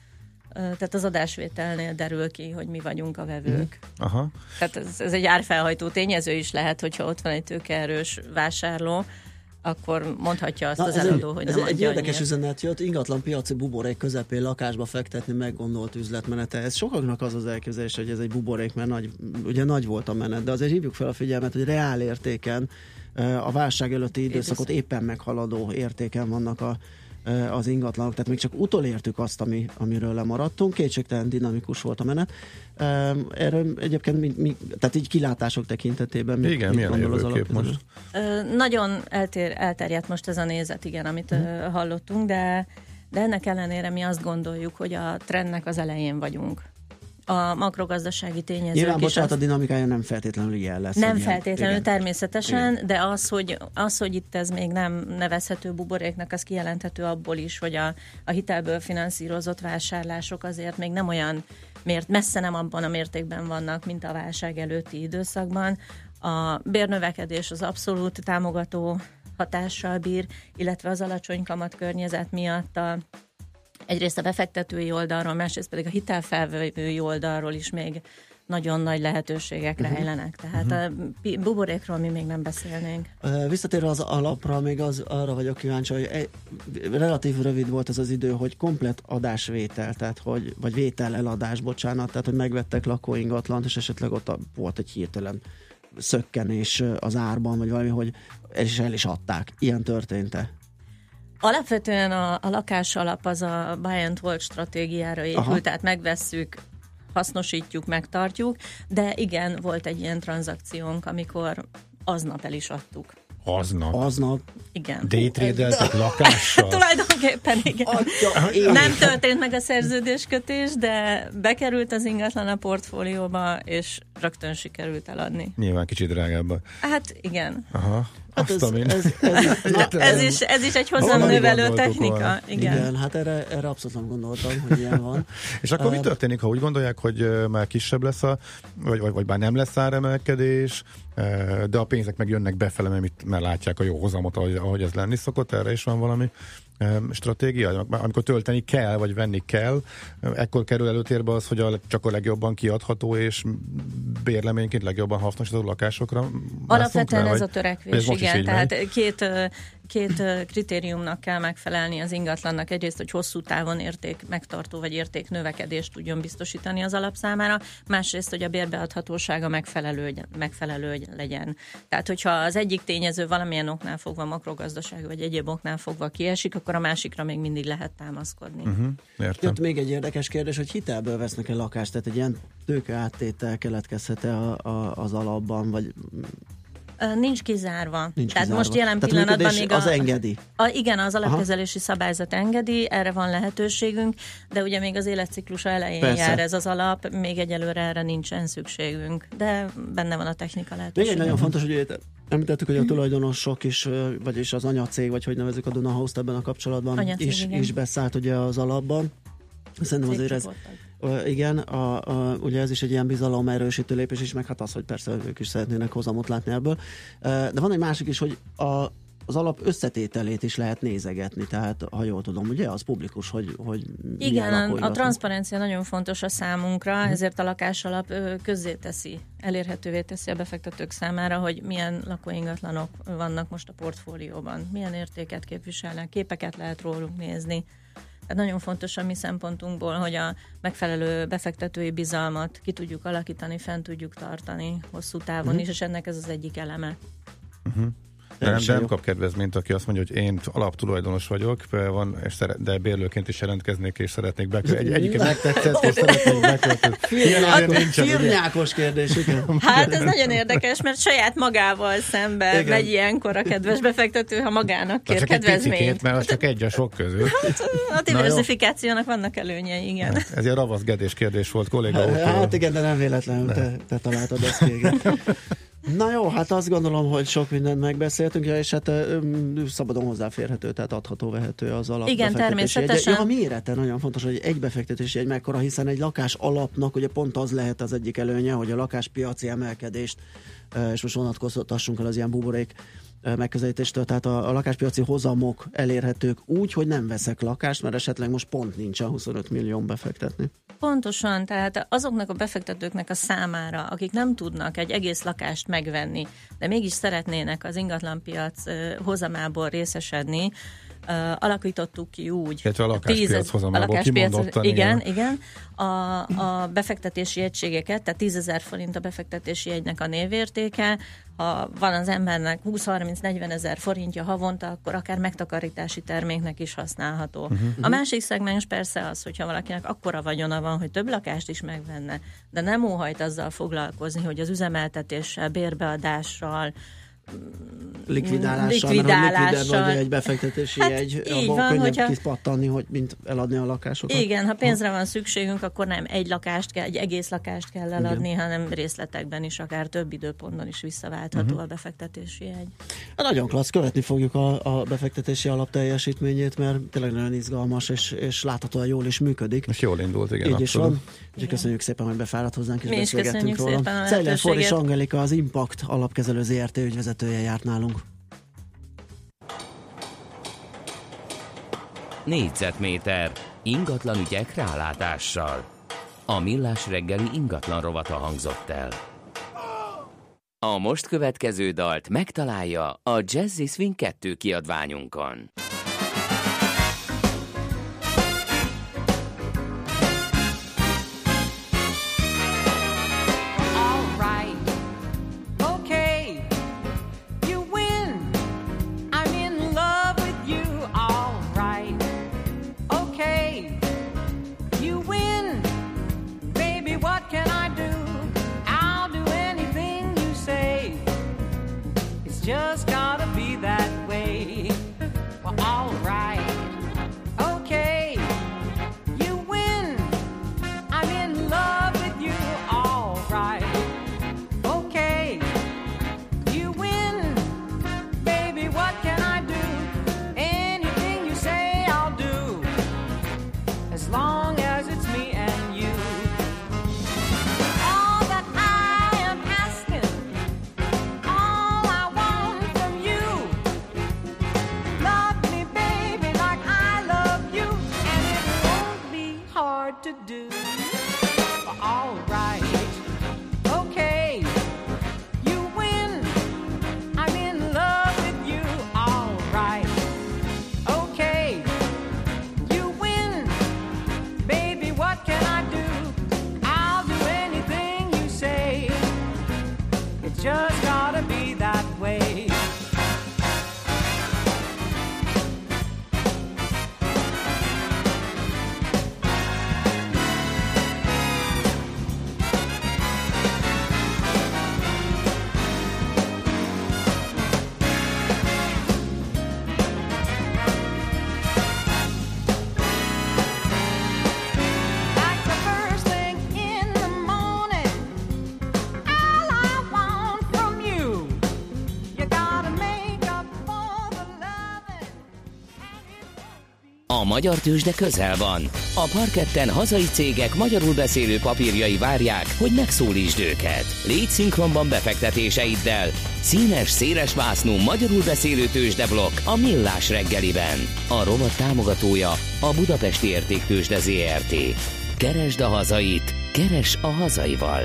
tehát az adásvételnél derül ki, hogy mi vagyunk a vevők. Aha. Tehát ez, ez egy árfelhajtó tényező is lehet, hogyha ott van egy tőkeerős vásárló, akkor mondhatja azt Na, az ez eladó, egy, hogy ez nem egy adja érdekes annyit. üzenet jött, ingatlan piaci buborék közepén lakásba fektetni meggondolt üzletmenete. Ez sokaknak az az elképzelés, hogy ez egy buborék, mert nagy, ugye nagy volt a menet, de azért hívjuk fel a figyelmet, hogy reál értéken a válság előtti időszakot éppen meghaladó értéken vannak a, az ingatlanok, tehát még csak utolértük azt, ami, amiről lemaradtunk, kétségtelen dinamikus volt a menet. Erről egyébként mi, mi, tehát így kilátások tekintetében mit, Igen, mit milyen gondol az jövőkép alapkezelő? most? Ö, nagyon eltér, elterjedt most ez a nézet, igen, amit ö, hallottunk, de, de ennek ellenére mi azt gondoljuk, hogy a trendnek az elején vagyunk. A makrogazdasági tényezők Nyilván, is bocsánat, azt- a dinamikája nem feltétlenül ilyen lesz. Nem hogy ilyen- feltétlenül, igen. természetesen, Igen. de az hogy, az, hogy itt ez még nem nevezhető buboréknak, az kijelenthető abból is, hogy a, a hitelből finanszírozott vásárlások azért még nem olyan, mért, messze nem abban a mértékben vannak, mint a válság előtti időszakban. A bérnövekedés az abszolút támogató hatással bír, illetve az alacsony kamat környezet miatt a egyrészt a befektetői oldalról, másrészt pedig a hitelfelvevői oldalról is még nagyon nagy lehetőségek Uh-huh. rejlenek. Tehát a pi- buborékról mi még nem beszélnénk. Ö, Visszatérve az alapra, még az, arra vagyok kíváncsi, hogy egy, relatív rövid volt ez az idő, hogy komplet adásvétel, tehát hogy, vagy vétel eladás, bocsánat, tehát hogy megvettek lakóingatlant, és esetleg ott a, volt egy hirtelen szökkenés az árban, vagy valami, hogy el is el is adták. Ilyen történt-e? Alapvetően a, a lakás alap az a buy and hold stratégiára épül, Aha. tehát megvesszük, hasznosítjuk, megtartjuk, de igen, volt egy ilyen tranzakciónk, amikor aznap el is adtuk. Aznap. Aznap. Igen. Daytradeltek lakással? Tulajdonképpen igen. Atya, én- Nem történt meg a szerződéskötés, de bekerült az ingatlan a portfólióba, és rögtön sikerült eladni. Nyilván kicsit drágább. Hát igen. Aha. Hát Azt ez, a min- ez, ez, Na, ez, is, ez is egy hozamnövelő gondoltuk technika. volna. Igen. igen, hát erre, erre abszolút nem gondoltam, hogy ilyen van. És akkor mi Uh, történik, ha úgy gondolják, hogy ö, már kisebb lesz a, vagy, vagy, vagy már nem lesz áremelkedés, ö, de a pénzek meg jönnek befele, mert, mit, mert látják a jó hozamot, ahogy, ahogy ez lenni szokott, erre is van valami ö, stratégia? Amikor tölteni kell, vagy venni kell, ö, ekkor kerül előtérbe az, hogy a, csak a legjobban kiadható és bérleményként legjobban hasznosítható lakásokra mászunk Alapvetően rá, ez vagy- a törekvés, vagy ez most is igen. így Tehát megy? két, ö, két ö, kritériumnak kell megfelelni az ingatlannak. Egyrészt, hogy hosszú távon érték megtartó vagy érték növekedést tudjon biztosítani az alap számára. Másrészt, hogy a bérbeadhatósága megfelelő, megfelelő legyen. Tehát, hogyha az egyik tényező valamilyen oknál fogva, makrogazdasági vagy egyéb oknál fogva kiesik, akkor a másikra még mindig lehet támaszkodni. Uh-huh, értem. Jött még egy érdekes kérdés, hogy hitelből vesznek-e lakást, tehát egy ilyen tőke áttétel keletkezhet-e a, a, az alapban, vagy Nincs kizárva. Nincs Tehát kizárva. most jelen Tehát pillanatban még a, az engedi. A, igen, az alapkezelési Aha. szabályzat engedi, erre van lehetőségünk, de ugye még az életciklusa elején Persze. jár ez az alap, még egyelőre erre nincsen szükségünk, de benne van a technika lehetőség. Még egy nagyon fontos, hogy említettük, hogy a tulajdonosok is, vagyis az anyacég, vagy hogy nevezzük a Duna House-t ebben a kapcsolatban anyacég, is, is beszállt ugye az alapban. Szerintem azért ez, igen, a, a, ugye ez is egy ilyen bizalom erősítő lépés is, meg hát az, hogy persze ők is szeretnének hozamot látni ebből. De van egy másik is, hogy a, az alap összetételét is lehet nézegetni, tehát ha jól tudom, ugye az publikus, hogy, hogy igen, a transzparencia nagyon fontos a számunkra, hmm. ezért a lakásalap közzéteszi, elérhetővé teszi a befektetők számára, hogy milyen lakóingatlanok vannak most a portfólióban, milyen értéket képviselnek, képeket lehet róluk nézni. Tehát nagyon fontos a mi szempontunkból, hogy a megfelelő befektetői bizalmat ki tudjuk alakítani, fent tudjuk tartani hosszú távon uh-huh. is, és ennek ez az egyik eleme. Uh-huh. De nem, de nem kap kedvezményt, aki azt mondja, hogy én alaptulajdonos vagyok, van, és szeret, de bérlőként is jelentkeznék, és szeretnék beköltözni. Egy, egyiket megtetszett, és szeretnék beköltözni. Firnyákos kérdés, igen. Hát ez nagyon érdekes, mert saját magával szemben igen. megy ilyenkor a kedves befektető, ha magának kér csak kedvezményt. Egy picikét, mert az csak egy a sok közül. Hát, a diversifikációnak vannak előnyei, igen. Hát, ez egy ravaszgedés kérdés volt, kolléga. Hát igen, de nem véletlenül te, te találtad ezt végre. Na jó, hát azt gondolom, hogy sok mindent megbeszéltünk, ja, és hát um, szabadon hozzáférhető, tehát adható, vehető az alap. Igen, természetesen. Egy. Ja, a mérete nagyon fontos, hogy egy befektetési egy mekkora, hiszen egy lakás alapnak ugye pont az lehet az egyik előnye, hogy a lakáspiaci emelkedést, és most vonatkoztassunk el az ilyen buborék megközelítéstől, tehát a, a lakáspiaci hozamok elérhetők úgy, hogy nem veszek lakást, mert esetleg most pont nincs a huszonöt millió befektetni. Pontosan, tehát azoknak a befektetőknek a számára, akik nem tudnak egy egész lakást megvenni, de mégis szeretnének az ingatlanpiac hozamából részesedni, Uh, alakítottuk ki úgy. A lakáspiac hozamából kimondottan. Igen, igen. igen. A, a befektetési egységeket, tehát tízezer forint a befektetési jegynek a névértéke. Ha van az embernek húsz-harminc-negyven ezer forintja havonta, akkor akár megtakarítási terméknek is használható. Uh-huh. A másik szegmens persze az, hogyha valakinek akkora vagyona van, hogy több lakást is megvenne, de nem óhajt azzal foglalkozni, hogy az üzemeltetéssel, bérbeadással, likvidálással, likvidálással. Vagy egy befektetési hát jegy, abban van, könnyebb hogyha... kiszpattanni, hogy mint eladni a lakásokat. Igen, ha pénzre van szükségünk, akkor nem egy lakást kell, egy egész lakást kell eladni, igen. hanem részletekben is, akár több időpontban is visszaváltható uh-huh. a befektetési jegy. Nagyon klassz, követni fogjuk a, a befektetési alap teljesítményét, mert tényleg nagyon izgalmas, és, és láthatóan jól is működik. És jól indult, igen. Így is van. Úgyhogy köszönjük szépen, hogy befáradt hozzánk, és mi beszélgettünk róla. Celler Forris Angelika, az Impact alapkezelő zé er té ügyvezetője járt nálunk. Négyzetméter ingatlan ügyek rálátással. A Millás reggeli ingatlan rovata hangzott el. A most következő dalt megtalálja a Jazzy Swing kettő kiadványunkon. Just gotta be that way. Well, alright. Okay. You win. I'm in love with you. Alright. Okay. You win. Baby, what can I do? Anything you say, I'll do. As long as it's me and you. All that I am asking. All I want from you. Love me, baby, like I love you. And it won't be hard to do. All right. Okay. You win. I'm in love with you. All right. Okay. You win. Baby, what can I do? I'll do anything you say. It's just gotta be that way. A magyar tőzsde közel van. A parketten hazai cégek magyarul beszélő papírjai várják, hogy megszólítsd őket. Légy szinkronban befektetéseiddel. Színes, széles vásznú magyarul beszélő tőzsdeblokk a Millás reggeliben. A rovat támogatója a Budapesti Értéktőzsde zé er té. Keresd a hazait, keres a hazaival.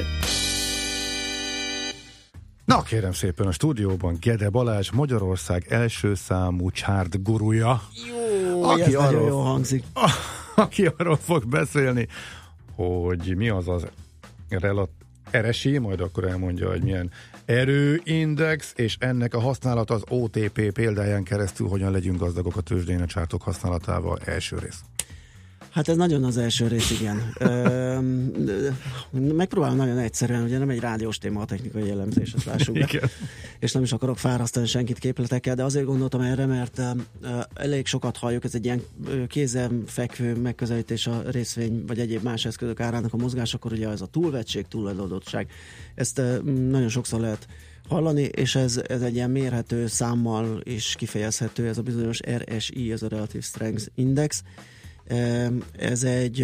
Na kérem szépen, a stúdióban Gede Balázs, Magyarország első számú chart gurúja. Jó, aki ez arról, nagyon jól hangzik. A, aki arról fog beszélni, hogy mi az az relat, er es i, majd akkor elmondja, hogy milyen erőindex, és ennek a használat az o té pé példáján keresztül, hogyan legyünk gazdagok a tőzsdén a csártok használatával. Első rész. Hát ez nagyon az első rész, igen. Megpróbálom nagyon egyszerűen, ugye nem egy rádiós téma a technikai jellemzés, ezt lássuk be. És nem is akarok fárasztani senkit képletekkel, de azért gondoltam erre, mert elég sokat halljuk, ez egy ilyen kézenfekvő megközelítés a részvény vagy egyéb más eszközök árának a mozgásakor, ugye ez a túlvettség, túladottság. Ezt nagyon sokszor lehet hallani, és ez, ez egy ilyen mérhető számmal is kifejezhető, ez a bizonyos er es i, ez a Relative Strength Index. Ez egy,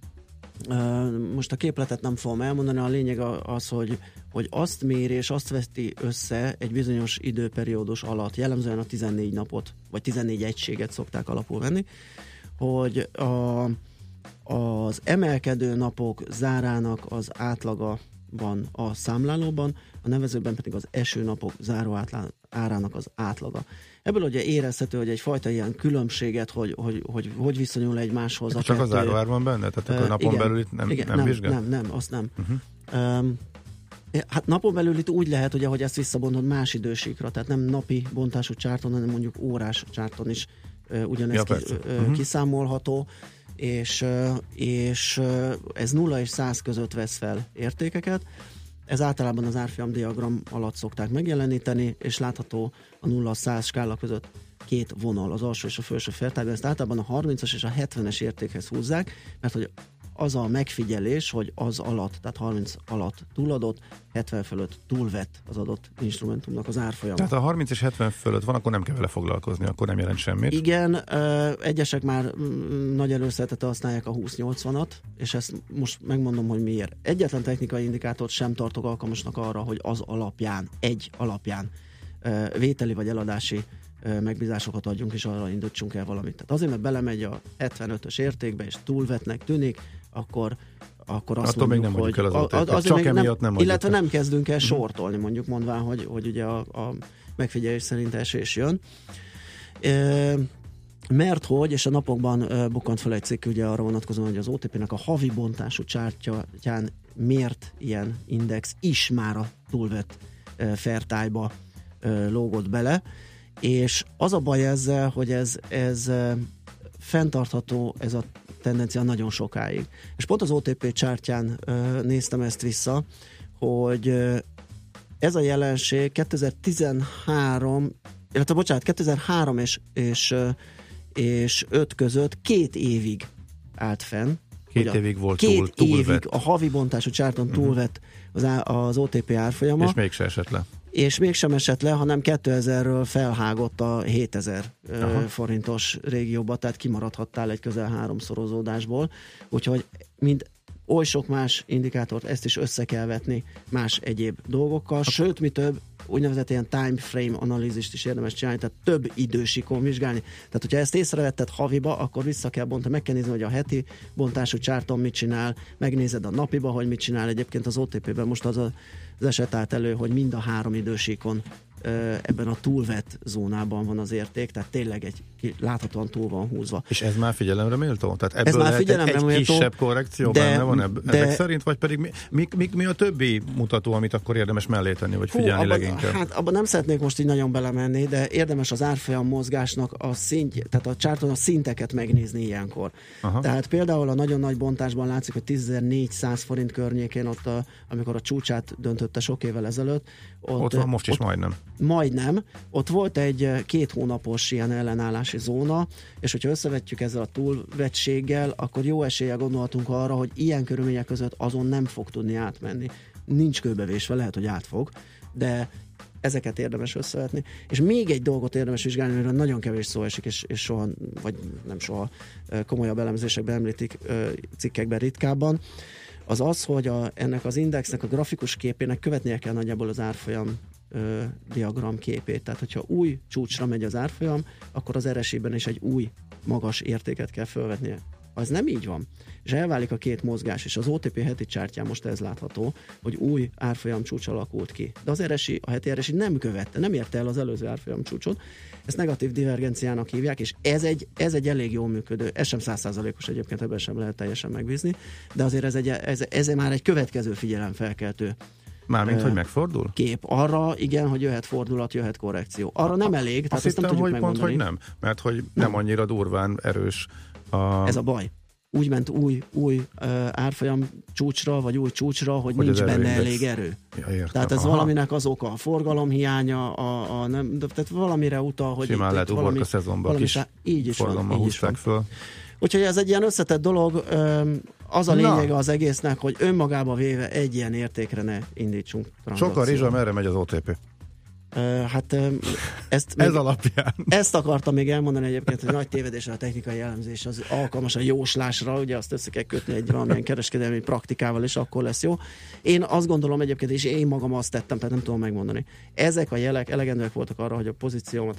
most a képletet nem fogom elmondani, a lényeg az, hogy, hogy azt méri és azt veszti össze egy bizonyos időperiódus alatt, jellemzően a tizennégy napot, vagy tizennégy egységet szokták alapul venni, hogy a, az emelkedő napok zárának az átlaga van a számlálóban, a nevezőben pedig az esőnapok záró árának az átlaga. Ebből ugye érezhető, hogy egyfajta ilyen különbséget, hogy hogy, hogy, hogy viszonyul egymáshoz. Csak a záróár van benne? Tehát akkor uh, napon igen, belül itt nem, igen, nem, nem vizsgál? Nem, nem, azt nem. Uh-huh. Um, hát napon belül itt úgy lehet, ugye, hogy ezt visszabontod más idősíkra, tehát nem napi bontású csárton, hanem mondjuk órás csárton is uh, ugyanez ja, ki, uh, uh-huh. kiszámolható, és, uh, és uh, ez nulla és száz között vesz fel értékeket. Ez általában az árfolyam diagram alatt szokták megjeleníteni, és látható a nulla száz skála között két vonal, az alsó és a felső féltágban. Ezt általában a harmincas és a hetvenes értékhez húzzák, mert hogy az a megfigyelés, hogy az alatt, tehát harminc alatt túladott, hetven fölött túlvett az adott instrumentumnak az árfolyama. Tehát a harminc és hetven fölött van, akkor nem kell vele foglalkozni, akkor nem jelent semmit. Igen, egyesek már nagy előszeretettel használják a húsz nyolcvanat, és ezt most megmondom, hogy miért. Egyetlen technikai indikátort sem tartok alkalmasnak arra, hogy az alapján, egy alapján vételi vagy eladási megbízásokat adjunk, és arra indítsunk el valamit. Tehát azért, mert belemegy a hetvenötös értékbe, és túlvetnek tűnik, akkor, akkor azt attól mondjuk, még nem hogy... El az csak emiatt nem, nem illetve nem kezdünk el sortolni, mondjuk mondván, hogy, hogy ugye a, a megfigyelés szerint esés jön. E, mert hogy, és a napokban e, bukkant fel egy cikk ugye arra vonatkozóan, hogy az o té pé-nek a havi bontású csártyán miért ilyen index is már a túlvett e, fertályba e, lógott bele, és az a baj ezzel, hogy ez, ez fenntartható, ez a tendencia nagyon sokáig. És pont az o té pé csártyán uh, néztem ezt vissza, hogy uh, ez a jelenség kétezer-tizenhárom, illetve bocsánat, kétezer-három és, és, uh, és öt között két évig állt fenn. Két a, évig volt két túl, túlvett. évig a havi bontású csárton uh-huh. túlvett az, az o té pé árfolyama. És mégse esett le. És mégsem esett le, hanem kétezerről felhágott a hétezer Aha. forintos régióba, tehát kimaradhattál egy közel háromszorozódásból. Úgyhogy mind oly sok más indikátort, ezt is össze kell vetni más egyéb dolgokkal, sőt, mi több, úgynevezett ilyen time frame analízist is érdemes csinálni, tehát több idősikon vizsgálni. Tehát, hogyha ezt észrevetted haviba, akkor vissza kell bontani, meg kell nézni, hogy a heti bontású csárton mit csinál, megnézed a napiba, hogy mit csinál. Egyébként az o té pében most az a, az eset állt elő, hogy mind a három idősikon ebben a túlvett zónában van az érték, tehát tényleg egy láthatóan túl van húzva. És ez már figyelemre méltó? Tehát ebből ez már figyelemre egy méltó, kisebb korrekció de, benne van ebb, de, ezek szerint, vagy pedig mi, mi, mi, mi a többi mutató, amit akkor érdemes mellé tenni, vagy figyelni Hú, abba, leginkább? Hát abban nem szeretnék most így nagyon belemenni, de érdemes az árfolyam mozgásnak a szintje, tehát a csárton a szinteket megnézni ilyenkor. Aha. Tehát például a nagyon nagy bontásban látszik, hogy tízezer-négyszáz forint környékén ott, a, amikor a csúcsát döntötte sok évvel ezelőtt. Ott, ott van most is ott, majdnem. Majdnem. Ott volt egy két hónapos ilyen ellenállási zóna, és hogyha összevetjük ezzel a túlvettséggel, akkor jó eséllyel gondolhatunk arra, hogy ilyen körülmények között azon nem fog tudni átmenni. Nincs kőbevésve, lehet, hogy át fog, de ezeket érdemes összevetni. És még egy dolgot érdemes vizsgálni, amiről nagyon kevés szó esik, és, és soha, vagy nem soha komolyabb elemzésekben említik cikkekben ritkábban, az az, hogy a, ennek az indexnek a grafikus képének követnie kell nagyjából az árfolyam ö, diagram képét. Tehát, hogyha új csúcsra megy az árfolyam, akkor az er es i-ben is egy új magas értéket kell felvetnie. Az nem így van, és elválik a két mozgás, és az o té pé heti csártyán most ez látható, hogy új árfolyam csúcs alakult ki. De az er es i, a heti er es i nem követte, nem érte el az előző árfolyam csúcsot. Ezt negatív divergenciának hívják, és ez egy, ez egy elég jól működő, ez sem száz százalékos egyébként, ebben sem lehet teljesen megbízni, de azért ez, egy, ez, ez már egy következő figyelemfelkeltő. Mármint, uh, hogy megfordul? Kép. Arra igen, hogy jöhet fordulat, jöhet korrekció. Arra nem elég, tehát ezt nem tudjuk hogy megmondani. Pont, hogy nem, mert hogy nem, nem annyira durván erős a... Ez a baj. Úgy ment új, új uh, árfolyam csúcsra, vagy új csúcsra, hogy, hogy nincs benne elég erő. Ja, tehát ez Aha. valaminek az oka, a forgalom hiánya, a, a nem, tehát valamire utal, hogy simán lehet valami, uborka szezonban valami, kis így is forgalommal húzták föl. Úgyhogy ez egy ilyen összetett dolog, az a lényege az egésznek, hogy önmagába véve egy ilyen értékre ne indítsunk tranzakciót. Sok a rizsa, merre megy az o té pé? Uh, hát um, ezt ez alapján. Ezt akartam még elmondani egyébként, hogy nagy tévedésre a technikai elemzés az alkalmas a jóslásra, ugye azt össze kell kötni egy valamilyen kereskedelmi praktikával, és akkor lesz jó. Én azt gondolom egyébként, és én magam azt tettem, tehát nem tudom megmondani. Ezek a jelek elegendőek voltak arra, hogy a pozíciómat